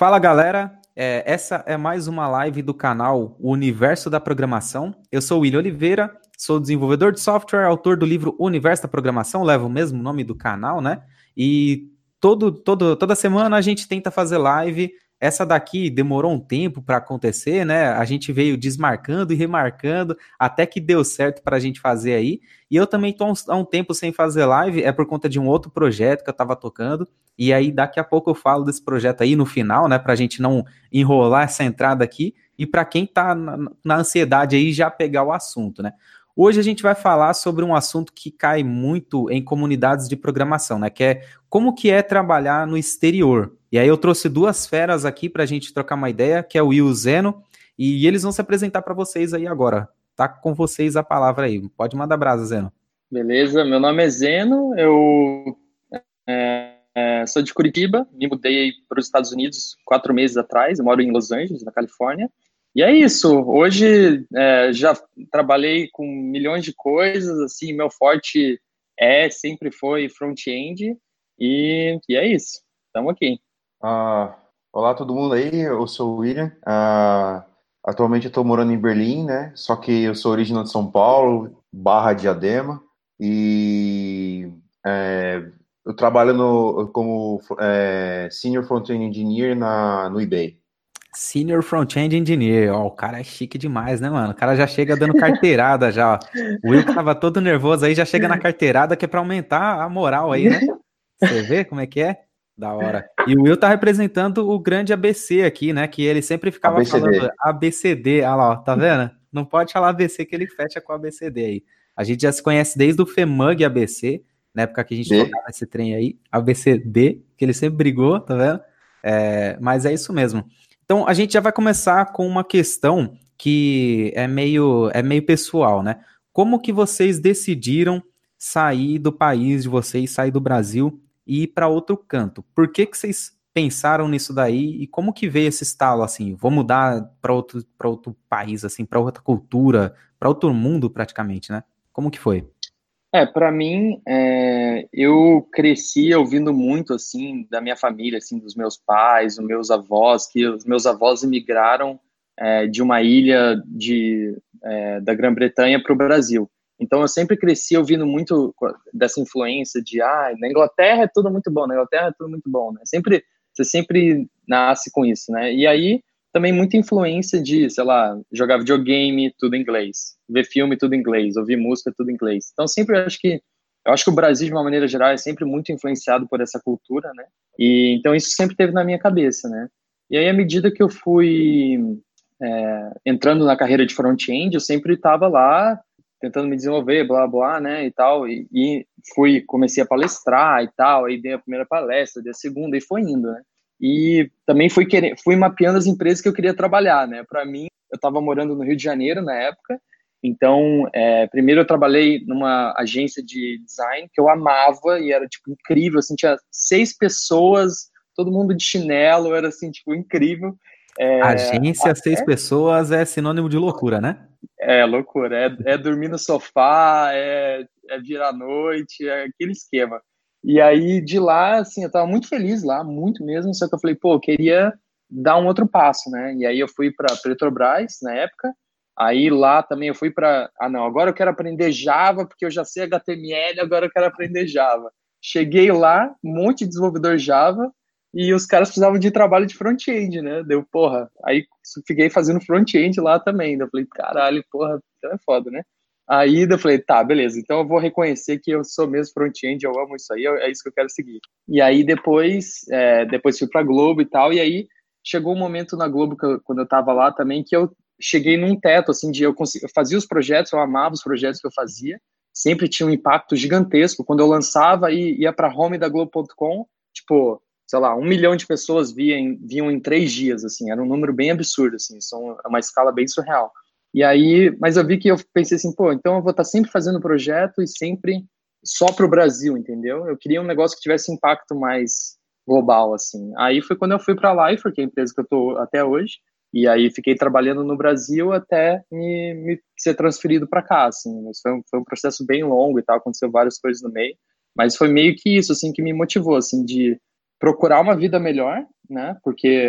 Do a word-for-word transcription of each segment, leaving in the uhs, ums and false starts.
Fala galera, É, essa é mais uma live do canal O Universo da Programação. Eu sou o William Oliveira, sou desenvolvedor de software, autor do livro O Universo da Programação, leva o mesmo nome do canal, né? E todo, todo, toda semana a gente tenta fazer live. Essa daqui demorou um tempo para acontecer, né? A gente veio desmarcando e remarcando até que deu certo para a gente fazer aí. E eu também estou há um tempo sem fazer live, é por conta de um outro projeto que eu estava tocando. E aí, daqui a pouco eu falo desse projeto aí no final, né? Pra gente não enrolar essa entrada aqui. E para quem tá na, na ansiedade aí, já pegar o assunto, né? Hoje a gente vai falar sobre um assunto que cai muito em comunidades de programação, né? Que é como que é trabalhar no exterior. E aí eu trouxe duas feras aqui pra gente trocar uma ideia, que é o Will e o Zeno, e eles vão se apresentar para vocês aí agora. Tá com vocês a palavra aí. Pode mandar brasa, Zeno. Beleza, meu nome é Zeno, eu é, é, sou de Curitiba, me mudei para os Estados Unidos quatro meses atrás, eu moro em Los Angeles, na Califórnia, e é isso, hoje é, já trabalhei com milhões de coisas, assim, meu forte é, sempre foi front-end, e, e é isso, estamos aqui. Ah, olá todo mundo aí, eu sou o William. Ah, atualmente eu estou morando em Berlim, né? Só que eu sou original de São Paulo, barra Diadema, e é, eu trabalho no, como é, Senior Front-End Engineer na, no eBay. Senior Front-End Engineer, ó, o cara é chique demais, né, mano? O cara já chega dando carteirada já, ó. O Will que tava todo nervoso aí já chega na carteirada que é pra aumentar a moral aí, né? Você vê como é que é? Da hora. E o Will tá representando o grande A B C aqui, né? Que ele sempre ficava falando A B C D. A B C D, olha lá, ó, tá vendo? Não pode falar A B C que ele fecha com A B C D aí. A gente já se conhece desde o FEMUG A B C, na época que a gente D. tocava esse trem aí, A B C D, que ele sempre brigou, tá vendo? É, mas é isso mesmo. Então, a gente já vai começar com uma questão que é meio, é meio pessoal, né? Como que vocês decidiram sair do país de vocês, sair do Brasil e ir para outro canto? Por que que vocês pensaram nisso daí e como que veio esse estalo assim? Vou mudar para outro, para outro país, assim, para outra cultura, para outro mundo praticamente, né? Como que foi? É, para mim, é, eu cresci ouvindo muito, assim, da minha família, assim, dos meus pais, dos meus avós, que os meus avós imigraram é, de uma ilha de, é, da Grã-Bretanha para o Brasil. Então, eu sempre cresci ouvindo muito dessa influência de, ah, na Inglaterra é tudo muito bom, na Inglaterra é tudo muito bom, né? Sempre, você sempre nasce com isso, né? E aí, também muita influência de, sei lá, jogar videogame, tudo em inglês, ver filme, tudo em inglês, ouvir música, tudo em inglês. Então, sempre acho que, eu acho que o Brasil, de uma maneira geral, é sempre muito influenciado por essa cultura, né? E então isso sempre teve na minha cabeça, né? E aí, à medida que eu fui é, entrando na carreira de front-end, eu sempre estava lá tentando me desenvolver, blá, blá, né, e tal, e, e fui, comecei a palestrar e tal, aí dei a primeira palestra, dei a segunda, e foi indo, né? E também fui, querer, fui mapeando as empresas que eu queria trabalhar, né? Para mim, eu estava morando no Rio de Janeiro na época, então, é, primeiro eu trabalhei numa agência de design que eu amava e era, tipo, incrível, assim, tinha seis pessoas, todo mundo de chinelo, era, assim, tipo, incrível. É, Agência seis pessoas é sinônimo de loucura, né? é loucura, é, é dormir no sofá, é, é virar à noite, é aquele esquema. E aí, de lá, assim, eu tava muito feliz lá, muito mesmo, só que eu falei, pô, eu queria dar um outro passo, né? E aí eu fui para Petrobras, na época, aí lá também eu fui para, ah, não, agora eu quero aprender Java, porque eu já sei H T M L, agora eu quero aprender Java. Cheguei lá, um monte de desenvolvedor Java, e os caras precisavam de trabalho de front-end, né? Deu, porra. Aí fiquei fazendo front-end lá também. Eu falei, caralho, porra, então é foda, né? Aí eu falei, tá, beleza, então eu vou reconhecer que eu sou mesmo front-end, eu amo isso aí, é isso que eu quero seguir. E aí depois, é, depois fui pra Globo e tal, e aí chegou um momento na Globo, que eu, quando eu tava lá também, que eu cheguei num teto, assim, de eu, consegui, eu fazia os projetos, eu amava os projetos que eu fazia, sempre tinha um impacto gigantesco. Quando eu lançava e ia pra home da Globo ponto com, tipo, sei lá, um milhão de pessoas viam, viam em três dias, assim, era um número bem absurdo, assim, são uma escala bem surreal. E aí, mas eu vi que eu pensei assim, pô, então eu vou estar sempre fazendo projeto e sempre só para o Brasil, entendeu? Eu queria um negócio que tivesse impacto mais global, assim. Aí foi quando eu fui para a Lifer, que é a empresa que eu tô até hoje, e aí fiquei trabalhando no Brasil até me, me ser transferido para cá, assim. Mas foi um, foi um processo bem longo e tal, aconteceu várias coisas no meio, mas foi meio que isso, assim, que me motivou, assim, de procurar uma vida melhor, né? Porque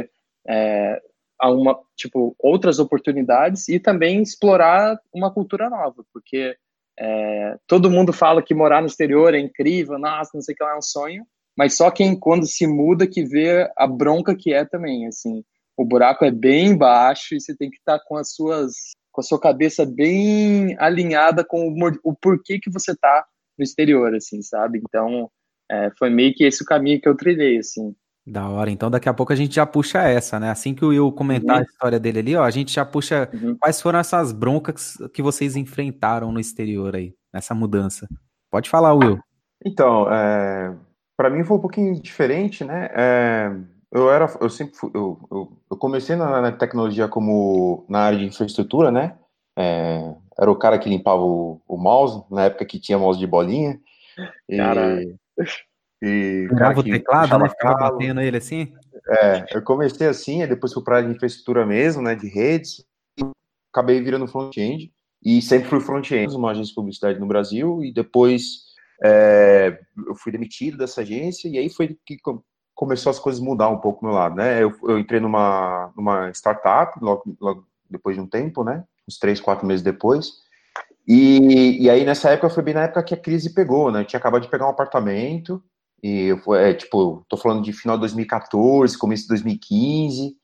é, a uma, tipo, outras oportunidades e também explorar uma cultura nova, porque é, todo mundo fala que morar no exterior é incrível, nossa, não sei o que lá, é um sonho, mas só quem, quando se muda, que vê a bronca que é também, assim, o buraco é bem baixo e você tem que estar com as suas, com a sua cabeça bem alinhada com o, o porquê que você tá no exterior, assim, sabe? Então, é, foi meio que esse o caminho que eu trilhei, assim. Da hora. Então, daqui a pouco a gente já puxa essa, né? Assim que o Will comentar Uhum, a história dele ali, ó, a gente já puxa uhum. quais foram essas broncas que vocês enfrentaram no exterior aí, nessa mudança. Pode falar, Will. Então, é, para mim foi um pouquinho diferente, né? É, eu era, eu sempre fui, eu, eu, eu comecei na, na tecnologia como na área de infraestrutura, né? É, era o cara que limpava o, o mouse, na época que tinha mouse de bolinha, Cara, e, e o cara Virava o que teclado, né? puxava Ficava cabo. batendo ele assim. É, eu comecei assim, aí depois fui para a área de infraestrutura mesmo, né? De redes, acabei virando front-end, e sempre fui front-end, uma agência de publicidade no Brasil, e depois é, eu fui demitido dessa agência, e aí foi que começou as coisas a mudar um pouco do meu lado, né? Eu, eu entrei numa, numa startup, logo, logo depois de um tempo, né? Uns três, quatro meses depois, e, e aí nessa época foi bem na época que a crise pegou, né? Eu tinha acabado de pegar um apartamento, e eu, é, tipo, tô falando de final de dois mil e quatorze, começo de dois mil e quinze,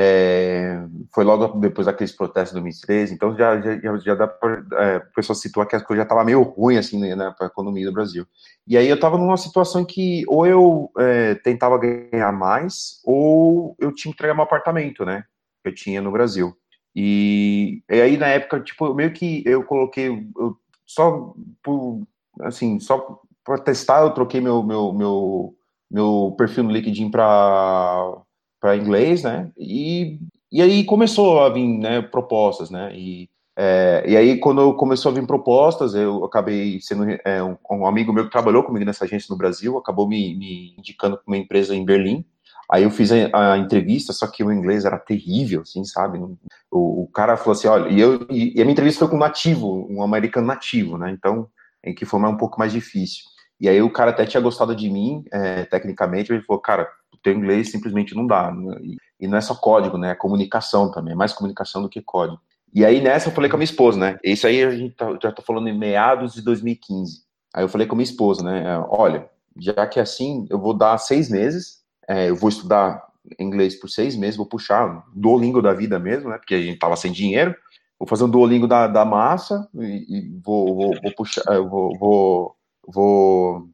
é, foi logo depois daqueles protestos de dois mil e treze, então já, já, já dá para é, o pessoal situar que as coisas já estavam meio ruim assim, né, para a economia do Brasil. E aí eu estava numa situação que ou eu é, tentava ganhar mais, ou eu tinha que entregar meu apartamento, né, que eu tinha no Brasil. E, e aí na época, tipo, meio que eu coloquei, eu, só por, assim, só para testar, eu troquei meu, meu, meu, meu perfil no LinkedIn para para inglês, né? E, e aí começou a vir, né, propostas, né? E, é, e aí quando começou a vir propostas, eu acabei sendo é, um, um amigo meu que trabalhou comigo nessa agência no Brasil, acabou me, me indicando para uma empresa em Berlim. Aí eu fiz a, a entrevista, só que o inglês era terrível, assim, sabe? O, o cara falou assim, olha, e, eu, e, e a minha entrevista foi com um nativo, um americano nativo, né? Então, em que foi um pouco mais difícil. E aí o cara até tinha gostado de mim, é, tecnicamente, ele falou, cara, o teu inglês simplesmente não dá. E, e não é só código, né? É comunicação também, é mais comunicação do que código. E aí nessa eu falei com a minha esposa, né? Isso aí a gente tá, já tá falando em meados de dois mil e quinze. Aí eu falei com a minha esposa, né? Olha, já que é assim, eu vou dar seis meses, é, eu vou estudar inglês por seis meses, vou puxar Duolingo da vida mesmo, né? Porque a gente tava sem dinheiro. Vou fazer um Duolingo da, da massa e, e vou, vou, vou puxar, vou, vou vou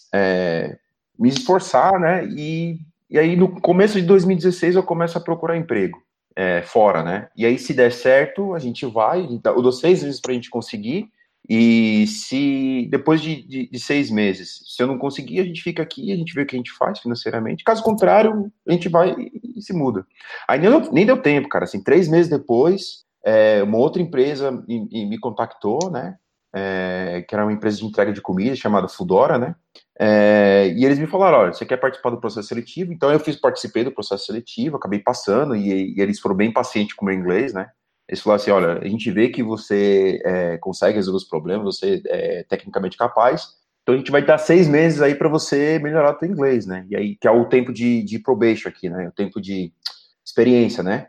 é, me esforçar, né? E, e aí no começo de dois mil e dezesseis eu começo a procurar emprego é, fora, né? E aí se der certo a gente vai, então, eu dou seis meses para a gente conseguir. E se depois de, de, de seis meses, se eu não conseguir, a gente fica aqui, a gente vê o que a gente faz financeiramente. Caso contrário, a gente vai e, e se muda. Aí nem, nem deu tempo, cara. Assim, três meses depois, é, uma outra empresa me, me contactou, né? É, que era uma empresa de entrega de comida chamada Foodora, né? É, e eles me falaram, olha, você quer participar do processo seletivo? Então eu fiz, participei do processo seletivo, acabei passando e, e eles foram bem pacientes com o meu inglês, né? Eles falaram assim, olha, a gente vê que você é, consegue resolver os problemas, você é tecnicamente capaz, então a gente vai dar seis meses aí para você melhorar o seu inglês, né? E aí que é o tempo de, de probation aqui, né? O tempo de experiência, né?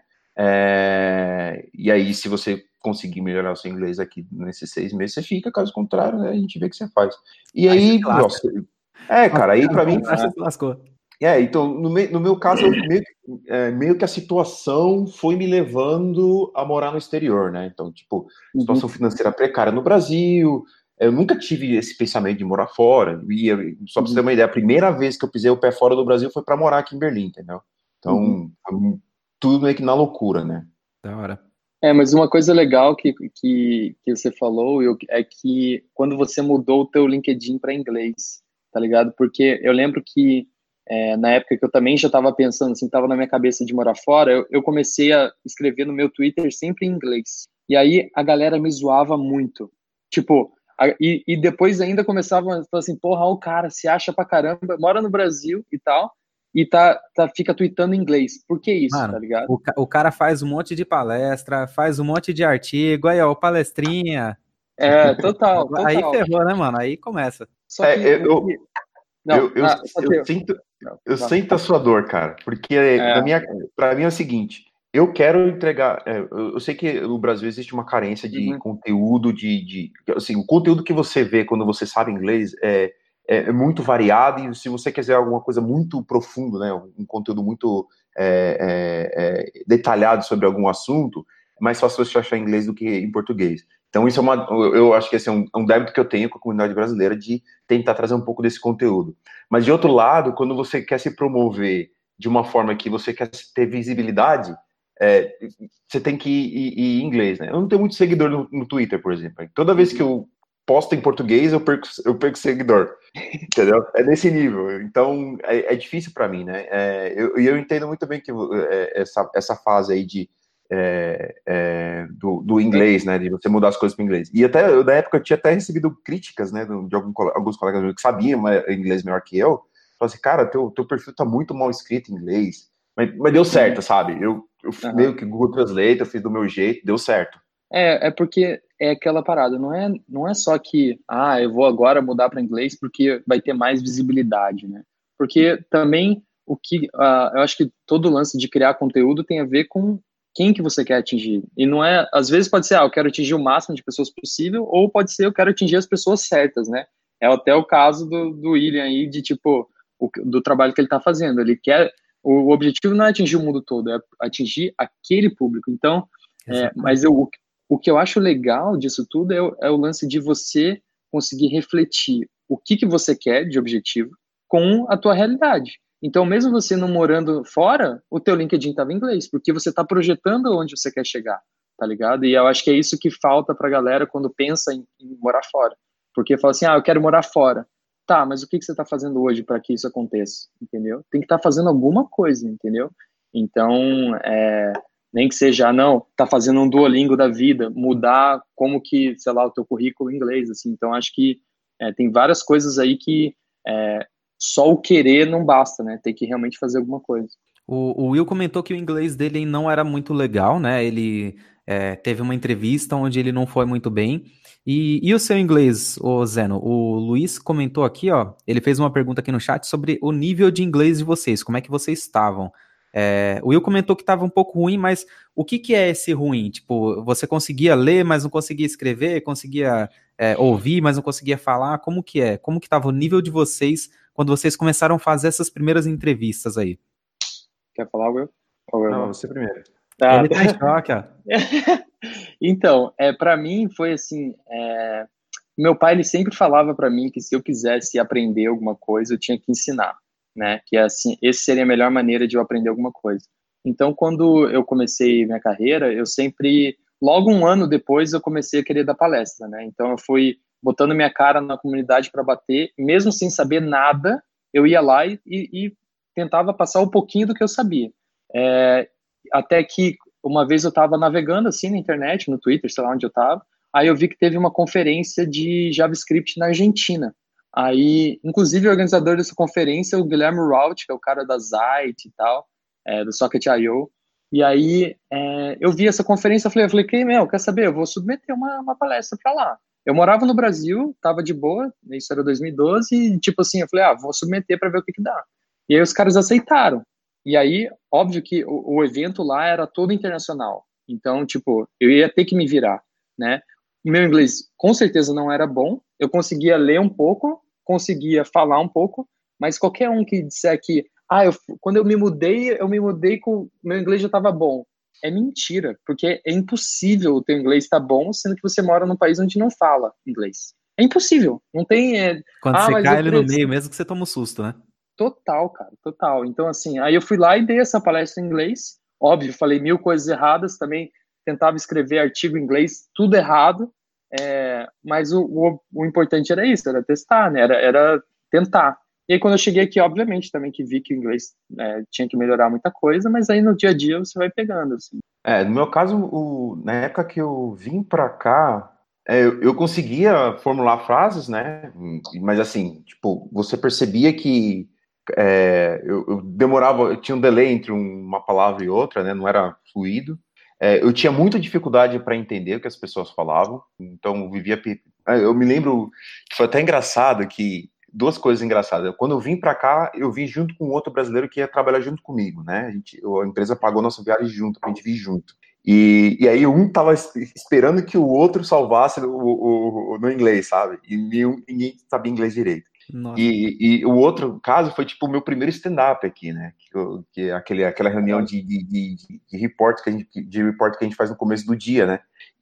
É, e aí se você conseguir melhorar o seu inglês aqui nesses seis meses, você fica, caso contrário, né, a gente vê o que você faz. E Aí você aí, se lasca. nossa, é, cara, aí pra mim, Você se lascou. é, então, no, me, no meu caso, eu meio, é, meio que a situação foi me levando a morar no exterior, né, então, tipo, situação uhum. financeira precária no Brasil, eu nunca tive esse pensamento de morar fora, e eu, só pra você ter uma ideia, a primeira vez que eu pisei o pé fora do Brasil foi pra morar aqui em Berlim, entendeu? Então, Uhum. tudo meio que na loucura, né? Da hora. É, mas uma coisa legal que, que, que você falou eu, é que quando você mudou o teu LinkedIn para inglês, tá ligado? Porque eu lembro que é, na época que eu também já estava pensando, assim, estava na minha cabeça de morar fora, eu, eu comecei a escrever no meu Twitter sempre em inglês. E aí a galera me zoava muito. Tipo, a, e, e depois ainda começavam a falar assim, porra, o cara se acha pra caramba, mora no Brasil e tal, e tá, tá, fica tweetando em inglês. Por que isso, Mano, tá ligado? o, ca- o cara faz um monte de palestra, faz um monte de artigo, aí ó, palestrinha. É, total, Aí total. ferrou, né, mano? Aí começa. Só É, que o eu, que. Não, eu, eu, ah, só eu que. sinto. eu sinto a sua dor, cara, porque É, na minha, para mim é o seguinte, eu quero entregar, é, eu, eu sei que no Brasil existe uma carência de uhum, conteúdo, de, de, assim, o conteúdo que você vê quando você sabe inglês é, é, é muito variado, e se você quiser alguma coisa muito profunda, né, um conteúdo muito é, é, é, detalhado sobre algum assunto, é mais fácil você achar em inglês do que em português. Então isso é uma, eu acho que esse é um, é um débito que eu tenho com a comunidade brasileira de tentar trazer um pouco desse conteúdo. Mas, de outro lado, quando você quer se promover de uma forma que você quer ter visibilidade, é, você tem que ir, ir, ir em inglês, né? Eu não tenho muito seguidor no, no Twitter, por exemplo. Toda vez que eu posto em português, eu perco, eu perco seguidor, entendeu? É nesse nível. Então, é, é difícil para mim, né? É, eu, eu entendo muito bem que é, essa, essa fase aí de é, é, do, do inglês, né, de você mudar as coisas para inglês. E até, eu, na época, eu tinha até recebido críticas, né, de algum, alguns colegas meus que sabiam inglês melhor que eu, falaram assim, cara, teu, teu perfil tá muito mal escrito em inglês, mas, mas deu certo, uhum, sabe? Eu, eu uhum. meio que Google Translate, eu fiz do meu jeito, deu certo. É, é porque é aquela parada, não é, não é só que, ah, eu vou agora mudar para inglês porque vai ter mais visibilidade, né? Porque também o que, uh, eu acho que todo lance de criar conteúdo tem a ver com quem que você quer atingir. E não é, às vezes pode ser, ah, eu quero atingir o máximo de pessoas possível, ou pode ser, eu quero atingir as pessoas certas, né? É até o caso do, do William aí, de tipo, o, do trabalho que ele tá fazendo. Ele quer, o, o objetivo não é atingir o mundo todo, é atingir aquele público. Então, é, mas eu, o que eu acho legal disso tudo é o, é o lance de você conseguir refletir o que, que você quer de objetivo com a tua realidade. Então, mesmo você não morando fora, o teu LinkedIn estava em inglês, porque você está projetando onde você quer chegar, tá ligado? E eu acho que é isso que falta para a galera quando pensa em, em morar fora. Porque fala assim, ah, eu quero morar fora. Tá, mas o que, que você está fazendo hoje para que isso aconteça, entendeu? Tem que estar tá fazendo alguma coisa, entendeu? Então, é, nem que seja, não, tá fazendo um Duolingo da vida, mudar como que, sei lá, o teu currículo em inglês, assim. Então, acho que é, tem várias coisas aí que é, só o querer não basta, né? Tem que realmente fazer alguma coisa. O, o Will comentou que o inglês dele não era muito legal, né? Ele é, teve uma entrevista onde ele não foi muito bem. E, e o seu inglês, ô Zeno? O Luiz comentou aqui, ó. Ele fez uma pergunta aqui no chat sobre o nível de inglês de vocês, como é que vocês estavam. É, o Will comentou que estava um pouco ruim, mas o que, que é esse ruim? Tipo, você conseguia ler, mas não conseguia escrever, conseguia é, ouvir, mas não conseguia falar? Como que é? Como que estava o nível de vocês quando vocês começaram a fazer essas primeiras entrevistas aí? Quer falar, Will? Ou eu Não, vou? você primeiro. Ah, Ele tá em choque, ó. então, é, para mim foi assim, é, meu pai ele sempre falava para mim que se eu quisesse aprender alguma coisa, eu tinha que ensinar, né? Que assim, esse seria a melhor maneira de eu aprender alguma coisa. Então, quando eu comecei minha carreira, eu sempre, logo um ano depois, eu comecei a querer dar palestra, né? Então, eu fui botando minha cara na comunidade para bater, mesmo sem saber nada, eu ia lá e, e tentava passar um pouquinho do que eu sabia. É, até que uma vez eu estava navegando assim na internet, no Twitter, sei lá onde eu estava, aí eu vi que teve uma conferência de JavaScript na Argentina. Aí, inclusive, o organizador dessa conferência é o Guilherme Raut, que é o cara da Zite e tal, é, do Socket ponto i o. E aí, é, eu vi essa conferência, eu falei, eu falei, que, meu, quer saber, eu vou submeter uma, uma palestra para lá. Eu morava no Brasil, tava de boa, isso era dois mil e doze, e tipo assim, eu falei, ah, vou submeter para ver o que que dá. E aí os caras aceitaram. E aí, óbvio que o, o evento lá era todo internacional. Então, tipo, eu ia ter que me virar, né? O meu inglês com certeza não era bom. Eu conseguia ler um pouco, conseguia falar um pouco, mas qualquer um que disser que, ah, eu, quando eu me mudei, eu me mudei com meu inglês já estava bom. É mentira, porque é impossível o teu inglês estar bom, sendo que você mora num país onde não fala inglês. É impossível. Não tem. É, Quando ah, você mas cai eu ali no preciso. meio, mesmo que você toma um susto, né? Total, cara, total. Então, assim, aí eu fui lá e dei essa palestra em inglês. Óbvio, falei mil coisas erradas também. Tentava escrever artigo em inglês, tudo errado. É, mas o, o, o importante era isso, era testar, né? Era, era tentar. E aí, quando eu cheguei aqui, obviamente, também que vi que o inglês é, tinha que melhorar muita coisa, mas aí no dia a dia você vai pegando, assim. É, no meu caso, o, na época que eu vim pra cá, é, eu, eu conseguia formular frases, né? Mas assim, tipo, você percebia que é, eu, eu demorava, eu tinha um delay entre uma palavra e outra, né? Não era fluido. É, eu tinha muita dificuldade para entender o que as pessoas falavam, então eu vivia. Eu me lembro que foi até engraçado que duas coisas engraçadas. Quando eu vim para cá, eu vim junto com outro brasileiro que ia trabalhar junto comigo, né? A, gente, a empresa pagou nossa viagem junto, pra gente vir junto. E, e aí um tava esperando que o outro salvasse o, o, o, no inglês, sabe? E nenhum, ninguém sabia inglês direito. E, e o outro caso foi, tipo, o meu primeiro stand-up aqui, né? Que, eu, que aquele, aquela reunião de, de, de, de, report que a gente, de report que a gente faz no começo do dia, né?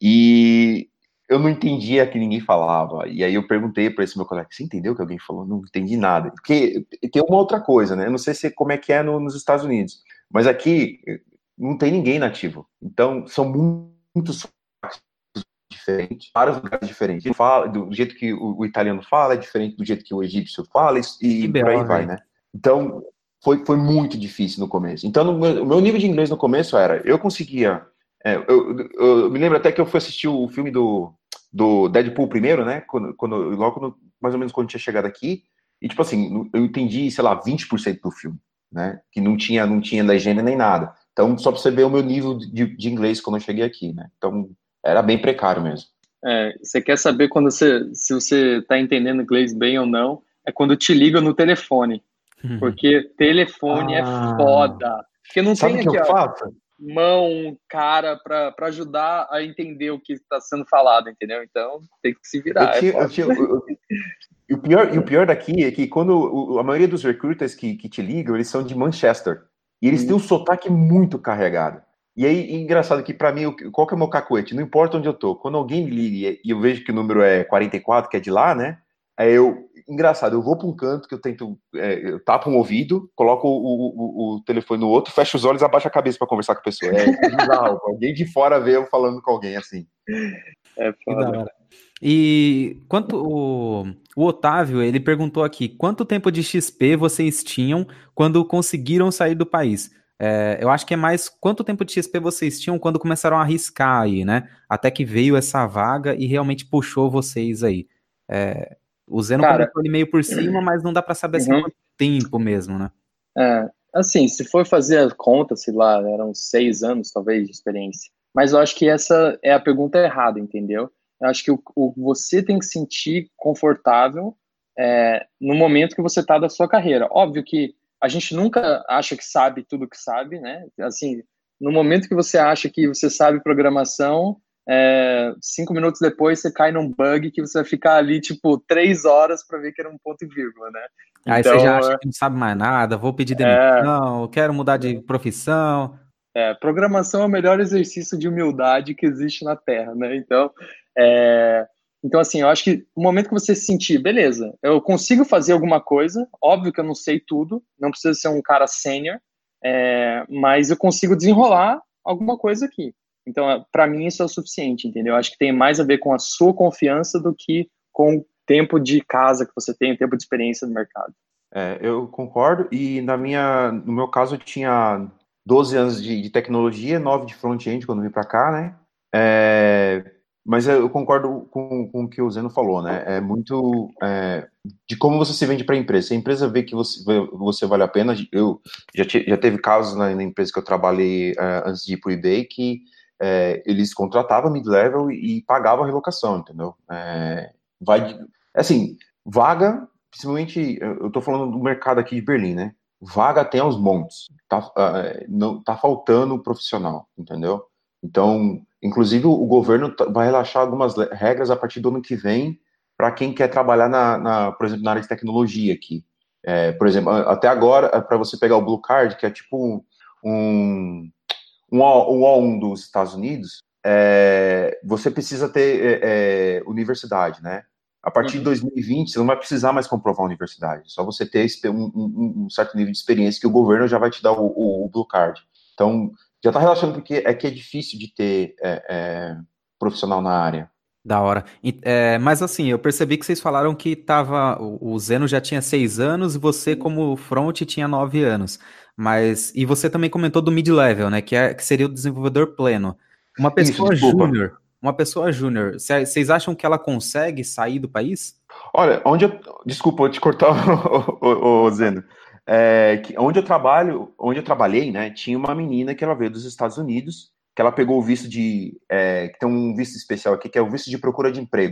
E eu não entendia que ninguém falava. E aí eu perguntei para esse meu colega, você entendeu que alguém falou? Não entendi nada. Porque tem uma outra coisa, né? Eu não sei se como é que é no, nos Estados Unidos, mas aqui não tem ninguém nativo. Então, são muitos diferentes, vários lugares diferentes. Ele fala, do jeito que o, o italiano fala é diferente do jeito que o egípcio fala, e, e por aí vai, né? Então, foi, foi muito difícil no começo. Então, no meu, o meu nível de inglês no começo era, eu conseguia... É, eu, eu, eu me lembro até que eu fui assistir o filme do, do Deadpool primeiro, né? Quando, quando, logo, quando, mais ou menos quando tinha chegado aqui. E, tipo assim, eu entendi, sei lá, vinte por cento do filme, né? Que não tinha, não tinha legenda nem nada. Então, só pra você ver o meu nível de, de inglês quando eu cheguei aqui, né? Então, era bem precário mesmo. É, você quer saber quando você, se você tá entendendo inglês bem ou não? É quando te liga no telefone. Porque telefone ah, é foda. Porque não sabe tem o que aqui, eu ó, faço? mão, cara, para ajudar a entender o que está sendo falado, entendeu? Então, tem que se virar. Eu tinha, é eu tinha, eu, e, o pior, e o pior daqui é que quando o, a maioria dos recruiters que, que te ligam, eles são de Manchester. E eles Hum. têm um sotaque muito carregado. E aí, engraçado que para mim, qual que é o meu cacuete? Não importa onde eu tô. Quando alguém me liga e eu vejo que o número é quarenta e quatro, que é de lá, né? Aí eu, engraçado, eu vou para um canto que eu tento, é, eu tapo um ouvido, coloco o, o, o telefone no outro, fecho os olhos e abaixo a cabeça para conversar com a pessoa. É bizarro. Alguém de fora vê eu falando com alguém assim. É foda. E quanto o, o Otávio, ele perguntou aqui, quanto tempo de X P vocês tinham quando conseguiram sair do país? É, eu acho que é mais quanto tempo de X P vocês tinham quando começaram a arriscar aí, né? Até que veio essa vaga e realmente puxou vocês aí. É, o Zeno Cara, comentou ele meio por cima, mas não dá para saber assim uhum. quanto tempo mesmo, né? É, assim, se for fazer a conta, sei lá, eram seis anos, talvez, de experiência. Mas eu acho que essa é a pergunta errada, entendeu? Eu acho que o, o você tem que se sentir confortável é, no momento que você está da sua carreira. Óbvio que a gente nunca acha que sabe tudo que sabe, né? Assim, no momento que você acha que você sabe programação, é, cinco minutos depois você cai num bug que você vai ficar ali, tipo, três horas para ver que era um ponto e vírgula, né? Aí então, você já acha que não sabe mais nada, vou pedir demissão, é, quero mudar de profissão. É, programação é o melhor exercício de humildade que existe na Terra, né? Então, é, então, assim, eu acho que o momento que você se sentir, beleza, eu consigo fazer alguma coisa, óbvio que eu não sei tudo, não precisa ser um cara sênior, é, mas eu consigo desenrolar alguma coisa aqui. Então, para mim, isso é o suficiente, entendeu? Eu acho que tem mais a ver com a sua confiança do que com o tempo de casa que você tem, o tempo de experiência no mercado. É, eu concordo, e na minha, no meu caso eu tinha doze anos de, de tecnologia, nove de front-end quando vim para cá, né? É, mas eu concordo com, com o que o Zeno falou, né? É muito é, de como você se vende para a empresa. Se a empresa vê que você, você vale a pena, eu já, te, já teve casos na, na empresa que eu trabalhei é, antes de ir para o eBay que é, eles contratavam mid-level e, e pagavam a relocação, entendeu? É, vai, assim, vaga, principalmente, eu tô falando do mercado aqui de Berlim, né? Vaga tem aos montes, tá, uh, não, tá faltando profissional, entendeu? Então, inclusive, o governo vai relaxar algumas regras a partir do ano que vem para quem quer trabalhar, na, na, por exemplo, na área de tecnologia aqui. É, por exemplo, até agora, para você pegar o Blue Card, que é tipo um, um, um O um dos Estados Unidos, é, você precisa ter é, é, universidade, né? A partir de dois mil e vinte, você não vai precisar mais comprovar a universidade. Só você ter um, um, um certo nível de experiência que o governo já vai te dar o, o, o Blue Card. Então, já está relaxando porque é que é difícil de ter é, é, profissional na área. Da hora. É, mas assim, eu percebi que vocês falaram que tava, o, o Zeno já tinha seis anos e você, como front, tinha nove anos. Mas, e você também comentou do mid-level, né? Que, é, que seria o desenvolvedor pleno. Uma pessoa júnior... Uma pessoa júnior, vocês acham que ela consegue sair do país? Olha, onde eu... Desculpa, eu te cortar, o, o, o Zeno. É, que onde eu trabalho, onde eu trabalhei, né, tinha uma menina que ela veio dos Estados Unidos, que ela pegou o visto de... É, que tem um visto especial aqui, que é o visto de procura de emprego.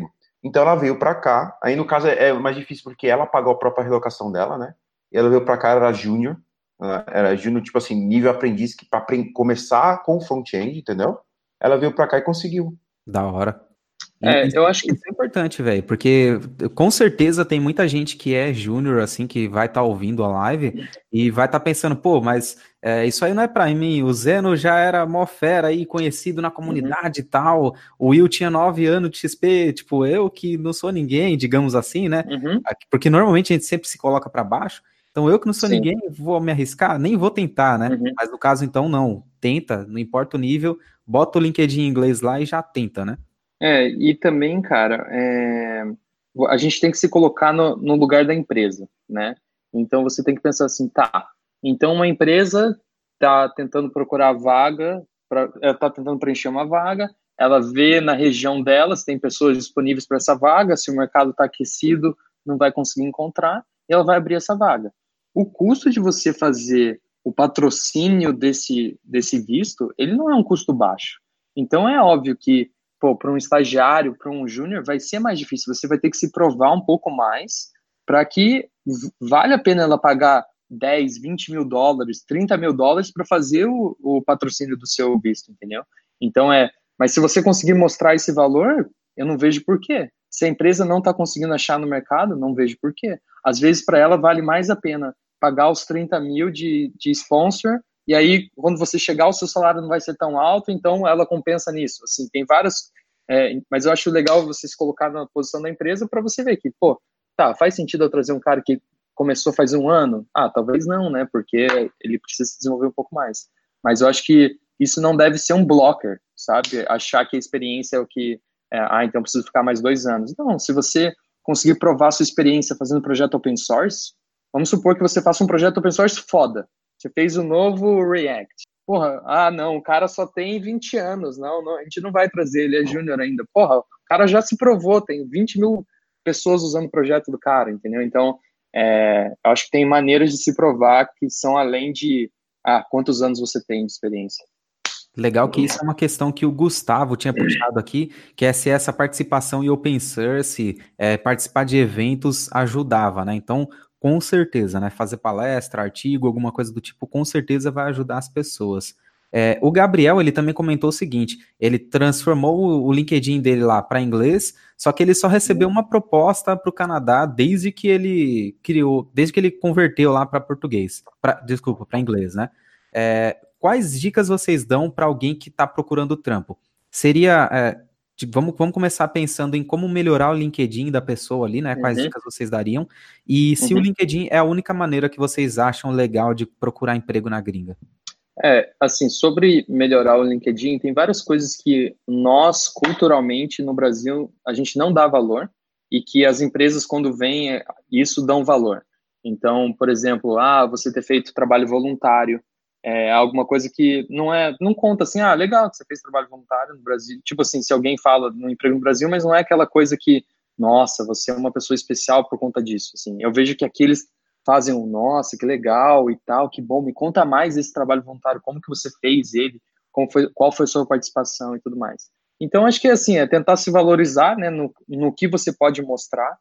Então ela veio para cá, aí no caso é mais difícil porque ela pagou a própria relocação dela, né? E ela veio para cá, era júnior, era júnior, tipo assim, nível aprendiz, que para começar com front-end, entendeu? Ela veio para cá e conseguiu. Da hora. E É, isso, eu acho que isso é importante, velho, porque com certeza tem muita gente que é júnior, assim, que vai estar ouvindo a live e vai estar pensando, pô, mas é, isso aí não é pra mim, o Zeno já era mó fera aí, conhecido na Uhum, comunidade e tal, o Will tinha nove anos de X P, tipo, eu que não sou ninguém, digamos assim, né? uhum, Porque normalmente a gente sempre se coloca pra baixo, então eu que não sou sim. ninguém, vou me arriscar? Nem vou tentar, né? Uhum. Mas no caso, então, não, tenta, não importa o nível, bota o LinkedIn em inglês lá e já tenta, né? É, e também, cara, é, a gente tem que se colocar no, no lugar da empresa, né? Então você tem que pensar assim, tá, então uma empresa está tentando procurar vaga, pra, ela está tentando preencher uma vaga, ela vê na região dela se tem pessoas disponíveis para essa vaga, se o mercado está aquecido, não vai conseguir encontrar, e ela vai abrir essa vaga. O custo de você fazer o patrocínio desse, desse visto, ele não é um custo baixo. Então é óbvio que pô, para um estagiário, para um júnior, vai ser mais difícil. Você vai ter que se provar um pouco mais para que vale a pena ela pagar dez, vinte mil dólares, trinta mil dólares para fazer o, o patrocínio do seu visto, entendeu? Então é. Mas se você conseguir mostrar esse valor, eu não vejo por quê. Se a empresa não está conseguindo achar no mercado, não vejo por quê. Às vezes, para ela, vale mais a pena pagar os trinta mil de, de sponsor e aí, quando você chegar, o seu salário não vai ser tão alto, então ela compensa nisso. Assim, tem várias. É, mas eu acho legal você se colocar na posição da empresa para você ver que, pô, tá, faz sentido eu trazer um cara que começou faz um ano? Ah, talvez não, né? Porque ele precisa se desenvolver um pouco mais. Mas eu acho que isso não deve ser um blocker, sabe? Achar que a experiência é o que. É, ah, então eu preciso ficar mais dois anos. Não, se você conseguir provar sua experiência fazendo projeto open source, vamos supor que você faça um projeto open source foda. Você fez o novo React. Porra, ah, não, o cara só tem vinte anos. Não, não, a gente não vai trazer, ele é júnior ainda. Porra, o cara já se provou, tem vinte mil pessoas usando o projeto do cara, entendeu? Então, é, eu acho que tem maneiras de se provar que são além de, ah, quantos anos você tem de experiência. Legal que isso é uma questão que o Gustavo tinha puxado aqui, que é se essa participação em open source, é, participar de eventos ajudava, né? Então, com certeza, né? Fazer palestra, artigo, alguma coisa do tipo, com certeza vai ajudar as pessoas. É, o Gabriel, ele também comentou o seguinte, ele transformou o, o LinkedIn dele lá para inglês, só que ele só recebeu uma proposta para o Canadá desde que ele criou, desde que ele converteu lá para português, pra, desculpa, para inglês, né? É, quais dicas vocês dão para alguém que está procurando trampo? Seria, é, de, vamos, vamos começar pensando em como melhorar o LinkedIn da pessoa ali, né? Quais Uhum, dicas vocês dariam? E se o uhum. LinkedIn é a única maneira que vocês acham legal de procurar emprego na gringa? É, assim, sobre melhorar o LinkedIn, tem várias coisas que nós, culturalmente, no Brasil, a gente não dá valor e que as empresas, quando veem isso, dão valor. Então, por exemplo, ah, você ter feito trabalho voluntário, é alguma coisa que não é, não conta assim, ah, legal que você fez trabalho voluntário no Brasil. Tipo assim, se alguém fala no emprego no Brasil, mas não é aquela coisa que, nossa, você é uma pessoa especial por conta disso. Assim, eu vejo que aqueles fazem um, nossa, que legal e tal, que bom, me conta mais desse trabalho voluntário, como que você fez ele, como foi, qual foi a sua participação e tudo mais. Então, acho que assim, é tentar se valorizar, né, no, no que você pode mostrar.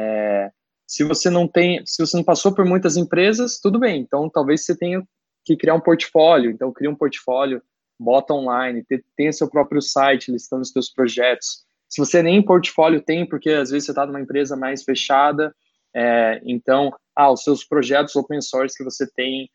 É, se você não tem, se você não passou por muitas empresas, tudo bem, então talvez você tenha que criar um portfólio, então cria um portfólio, bota online, tenha seu próprio site listando os seus projetos. Se você nem portfólio tem, porque às vezes você está numa empresa mais fechada, é, então, ah, os seus projetos open source que você tem,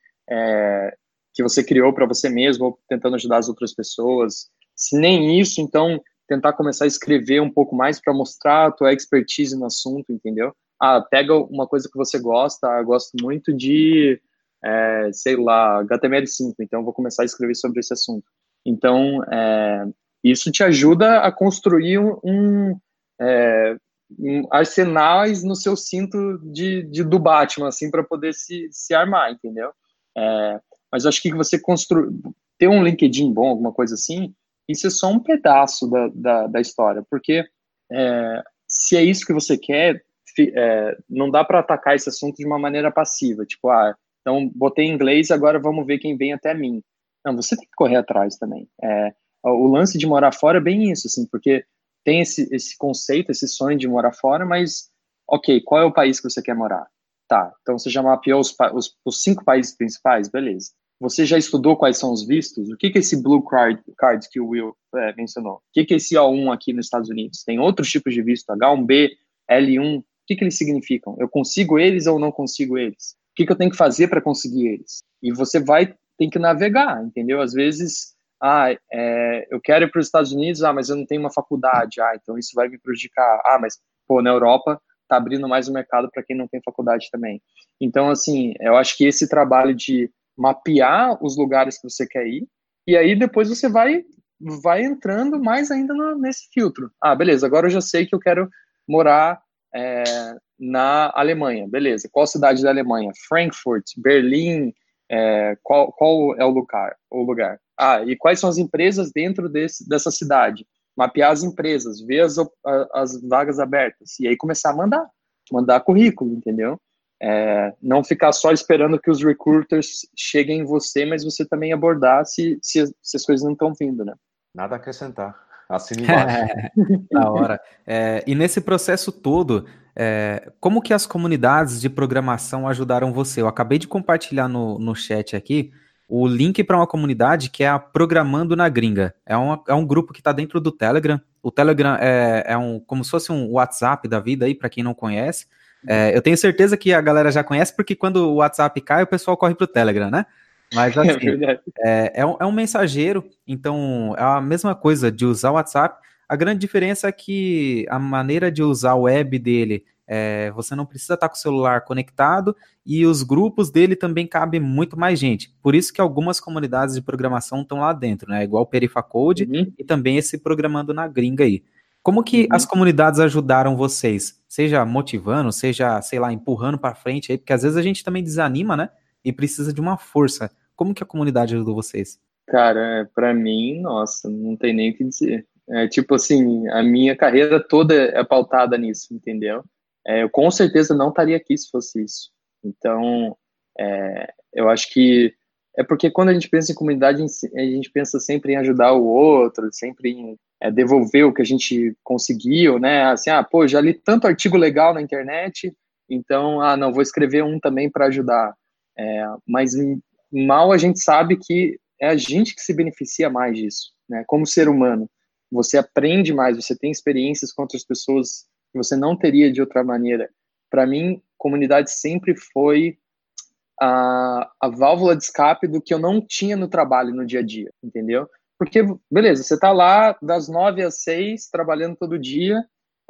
é, que você criou para você mesmo, ou tentando ajudar as outras pessoas. Se nem isso, então, tentar começar a escrever um pouco mais para mostrar a tua expertise no assunto, entendeu? Ah, pega uma coisa que você gosta, ah, eu gosto muito de, é, sei lá, H T M L cinco, então vou começar a escrever sobre esse assunto. Então, é, isso te ajuda a construir um, um é, arsenais no seu cinto de, de do Batman, assim, para poder se, se armar, entendeu? É, mas eu acho que você construir, ter um LinkedIn bom, alguma coisa assim, isso é só um pedaço da, da, da história, porque é, se é isso que você quer, é, não dá para atacar esse assunto de uma maneira passiva, tipo, ah, então botei em inglês, agora vamos ver quem vem até mim. Não, você tem que correr atrás também. É, o lance de morar fora é bem isso, assim, porque tem esse, esse conceito, esse sonho de morar fora, mas, ok, qual é o país que você quer morar? Tá, então você já mapeou os, os, os cinco países principais, beleza. Você já estudou quais são os vistos? O que que é esse Blue Card, card que o Will é, mencionou? O que que é esse O um aqui nos Estados Unidos? Tem outros tipos de visto, H um B, L um, o que que eles significam? Eu consigo eles ou não consigo eles? O que que eu tenho que fazer para conseguir eles? E você vai, tem que navegar, entendeu? Às vezes, ah, é, eu quero ir para os Estados Unidos, ah, mas eu não tenho uma faculdade, ah, então isso vai me prejudicar. Ah, mas, pô, na Europa tá abrindo mais o mercado para quem não tem faculdade também. Então, assim, eu acho que esse trabalho de mapear os lugares que você quer ir, e aí depois você vai, vai entrando mais ainda no, nesse filtro. Ah, beleza, agora eu já sei que eu quero morar é, na Alemanha, beleza. Qual cidade da Alemanha? Frankfurt, Berlim, é, qual, qual é o lugar, o lugar? Ah, e quais são as empresas dentro desse, dessa cidade? Mapear as empresas, ver as, as vagas abertas, e aí começar a mandar, mandar currículo, entendeu? É, não ficar só esperando que os recruiters cheguem em você, mas você também abordar se, se, se as coisas não estão vindo, né? Nada a acrescentar. Assina embaixo. Da hora. É, e nesse processo todo, é, como que as comunidades de programação ajudaram você? Eu acabei de compartilhar no, no chat aqui o link para uma comunidade que é a Programando na Gringa. É um, é um grupo que está dentro do Telegram. O Telegram é, é um, como se fosse um WhatsApp da vida aí, para quem não conhece. É, eu tenho certeza que a galera já conhece, porque quando o WhatsApp cai, o pessoal corre pro Telegram, né? Mas assim, é, é, um, é um mensageiro, então é a mesma coisa de usar o WhatsApp. A grande diferença é que a maneira de usar o web dele, é, você não precisa estar com o celular conectado e os grupos dele também cabem muito mais gente. Por isso que algumas comunidades de programação estão lá dentro, né? Igual o Perifacode Uhum. e também esse Programando na Gringa aí. Como que Uhum. as comunidades ajudaram vocês? Seja motivando, seja, sei lá, empurrando para frente aí, porque às vezes a gente também desanima, né? E precisa de uma força. Como que a comunidade ajudou vocês? Cara, pra mim, nossa, não tem nem o que dizer. É, tipo assim, a minha carreira toda é pautada nisso, entendeu? É, eu com certeza não estaria aqui se fosse isso. Então, é, eu acho que é porque quando a gente pensa em comunidade, a gente pensa sempre em ajudar o outro, sempre em é, devolver o que a gente conseguiu, né? Assim, ah, pô, já li tanto artigo legal na internet, então, ah, não, vou escrever um também para ajudar. É, mas mal a gente sabe que é a gente que se beneficia mais disso, né? Como ser humano, você aprende mais, você tem experiências com outras pessoas que você não teria de outra maneira. Para mim, comunidade sempre foi a, a válvula de escape do que eu não tinha no trabalho, no dia a dia, entendeu? Porque, beleza, você tá lá das nove às seis, trabalhando todo dia,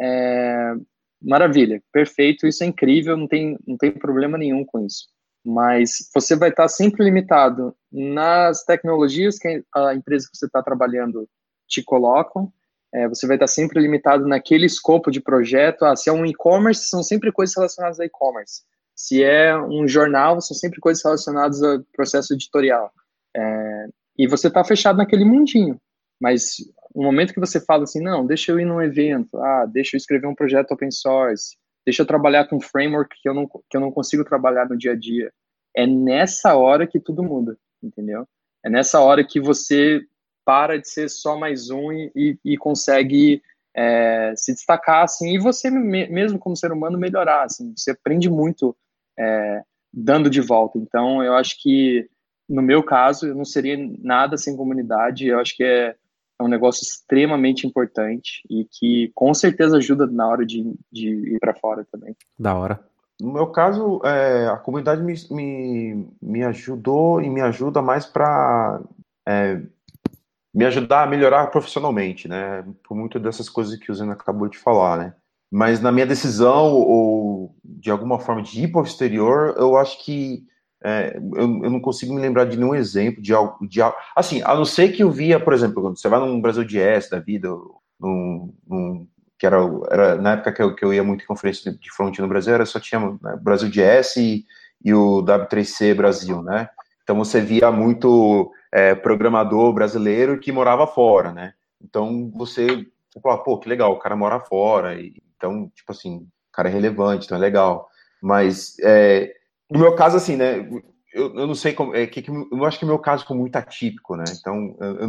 é, maravilha, perfeito, isso é incrível, não tem, não tem problema nenhum com isso. Mas você vai estar sempre limitado nas tecnologias que a empresa que você está trabalhando te colocam, é, você vai estar sempre limitado naquele escopo de projeto. Ah, se é um e-commerce, são sempre coisas relacionadas a e-commerce. Se é um jornal, são sempre coisas relacionadas ao processo editorial. É, e você está fechado naquele mundinho. Mas no momento que você fala assim, não, deixa eu ir num evento, ah, deixa eu escrever um projeto open source, deixa eu trabalhar com um framework que eu, não, que eu não consigo trabalhar no dia a dia. É nessa hora que tudo muda, entendeu? É nessa hora que você para de ser só mais um e, e, e consegue é, se destacar, assim, e você mesmo como ser humano melhorar, assim, você aprende muito é, dando de volta. Então, eu acho que, no meu caso, eu não seria nada sem comunidade, eu acho que é é um negócio extremamente importante e que com certeza ajuda na hora de, de ir para fora também. Da hora. No meu caso, é, a comunidade me, me, me ajudou e me ajuda mais para é, me ajudar a melhorar profissionalmente, né? Por muito dessas coisas que o Zeno acabou de falar, né? Mas na minha decisão, ou de alguma forma de ir para o exterior, eu acho que É, eu, eu não consigo me lembrar de nenhum exemplo de algo, de algo. Assim, a não ser que eu via, por exemplo, quando você vai num Brasil de S da vida, num, num, que era, era na época que eu, que eu ia muito em conferência de front no Brasil, era só tinha né, Brasil de S e, e o W três C Brasil, né? Então você via muito é, programador brasileiro que morava fora, né? Então você, você falava, pô, que legal, o cara mora fora, e, então, tipo assim, o cara é relevante, então é legal. Mas é, no meu caso, assim, né, eu, eu não sei como, é, que, que, eu acho que o meu caso ficou muito atípico, né, então eu, eu, não,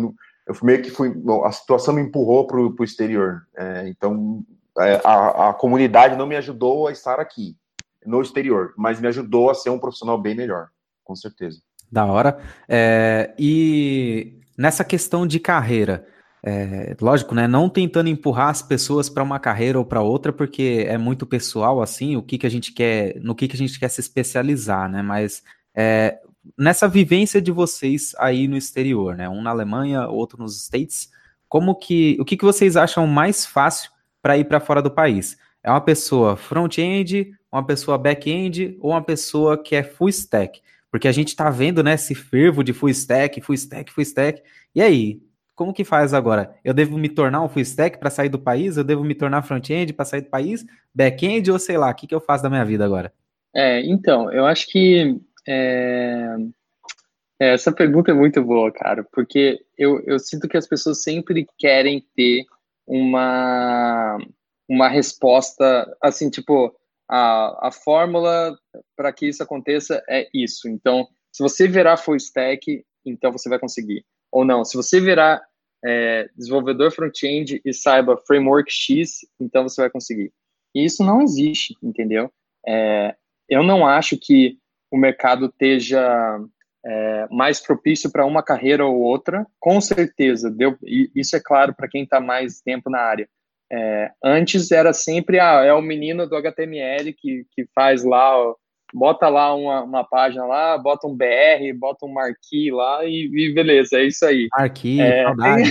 eu meio que fui, a situação me empurrou para o exterior. É, então, é, a, a comunidade não me ajudou a estar aqui, no exterior, mas me ajudou a ser um profissional bem melhor, com certeza. Da hora. É, e nessa questão de carreira, é, lógico, né? Não tentando empurrar as pessoas para uma carreira ou para outra, porque é muito pessoal, assim, o que que a gente quer, no que que a gente quer se especializar, né? Mas é, nessa vivência de vocês aí no exterior, né? Um na Alemanha, outro nos States, como que, o que que vocês acham mais fácil para ir para fora do país? É uma pessoa front-end, uma pessoa back-end ou uma pessoa que é full stack? Porque a gente tá vendo, né, esse fervo de full stack, full stack, full stack. E aí, como que faz agora? Eu devo me tornar um full stack para sair do país? Eu devo me tornar front-end para sair do país? Back-end ou sei lá, o que que eu faço da minha vida agora? É, então, eu acho que é, é, essa pergunta é muito boa, cara, porque eu, eu sinto que as pessoas sempre querem ter uma, uma resposta, assim, tipo, a, a fórmula para que isso aconteça é isso. Então, se você virar full stack, então você vai conseguir. Ou não, se você virar é, desenvolvedor front-end e saiba framework X, então você vai conseguir. E isso não existe, entendeu? É, eu não acho que o mercado esteja é, mais propício para uma carreira ou outra, com certeza, deu, e isso é claro para quem está mais tempo na área. É, antes era sempre, ah, é o menino do H T M L que, que faz lá, ó, bota lá uma, uma página lá, bota um B R, bota um marquee lá e, e beleza, é isso aí. Aqui, É, saudade.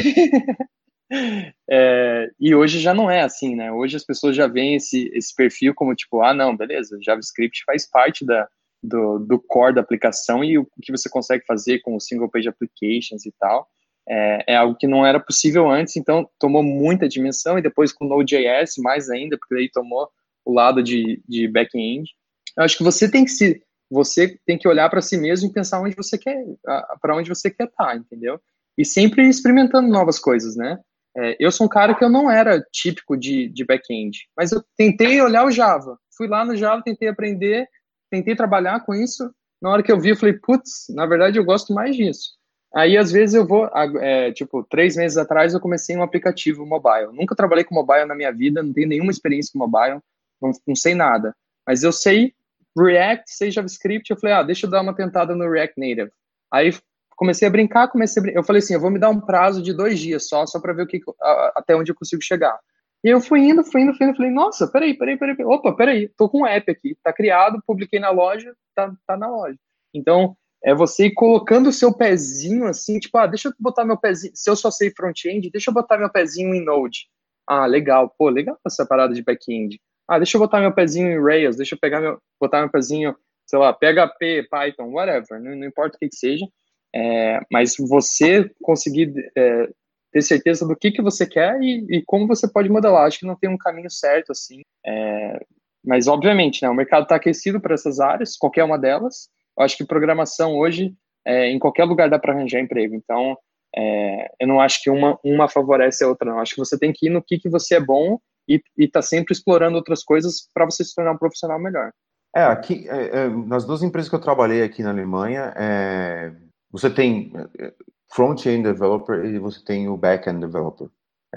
é, e hoje já não é assim, né? Hoje as pessoas já veem esse, esse perfil como tipo, ah, não, beleza, JavaScript faz parte da, do, do core da aplicação e o que você consegue fazer com o single page applications e tal é, é algo que não era possível antes, então tomou muita dimensão e depois com o Node.js mais ainda, porque aí tomou o lado de, de back-end. Eu acho que você tem que se você tem que olhar para si mesmo e pensar onde você quer, para onde você quer estar, entendeu? E sempre experimentando novas coisas, né? É, eu sou um cara que eu não era típico de, de back-end, mas eu tentei olhar o Java. Fui lá no Java, tentei aprender, tentei trabalhar com isso. Na hora que eu vi, eu falei, putz, na verdade eu gosto mais disso. Aí, às vezes, eu vou, é, tipo, três meses atrás eu comecei um aplicativo mobile. Nunca trabalhei com mobile na minha vida, não tenho nenhuma experiência com mobile, não, não sei nada. Mas eu sei React, sei JavaScript, eu falei, ah, deixa eu dar uma tentada no React Native. Aí comecei a brincar, comecei a brincar. Eu falei assim, eu vou me dar um prazo de dois dias só, só para ver o que, até onde eu consigo chegar. E eu fui indo, fui indo, fui indo, falei, nossa, peraí, peraí, peraí, opa, peraí, tô com um app aqui, tá criado, publiquei na loja, tá, tá na loja. Então, é você ir colocando o seu pezinho assim, tipo, ah, deixa eu botar meu pezinho, se eu só sei front-end, deixa eu botar meu pezinho em Node. Ah, legal, pô, legal essa parada de back-end. Ah, deixa eu botar meu pezinho em Rails, deixa eu pegar meu, botar meu pezinho, sei lá, P H P, Python, whatever, não, não importa o que que seja, é, mas você conseguir é, ter certeza do que, que você quer e, e como você pode modelar. Acho que não tem um caminho certo, assim, é, mas obviamente, né, o mercado está aquecido para essas áreas, qualquer uma delas. Eu acho que programação hoje, é, em qualquer lugar dá para arranjar emprego, então é, eu não acho que uma, uma favorece a outra, não. Acho que você tem que ir no que, que você é bom e está sempre explorando outras coisas para você se tornar um profissional melhor. É, aqui, é, é, nas duas empresas que eu trabalhei aqui na Alemanha, é, você tem front-end developer e você tem o back-end developer.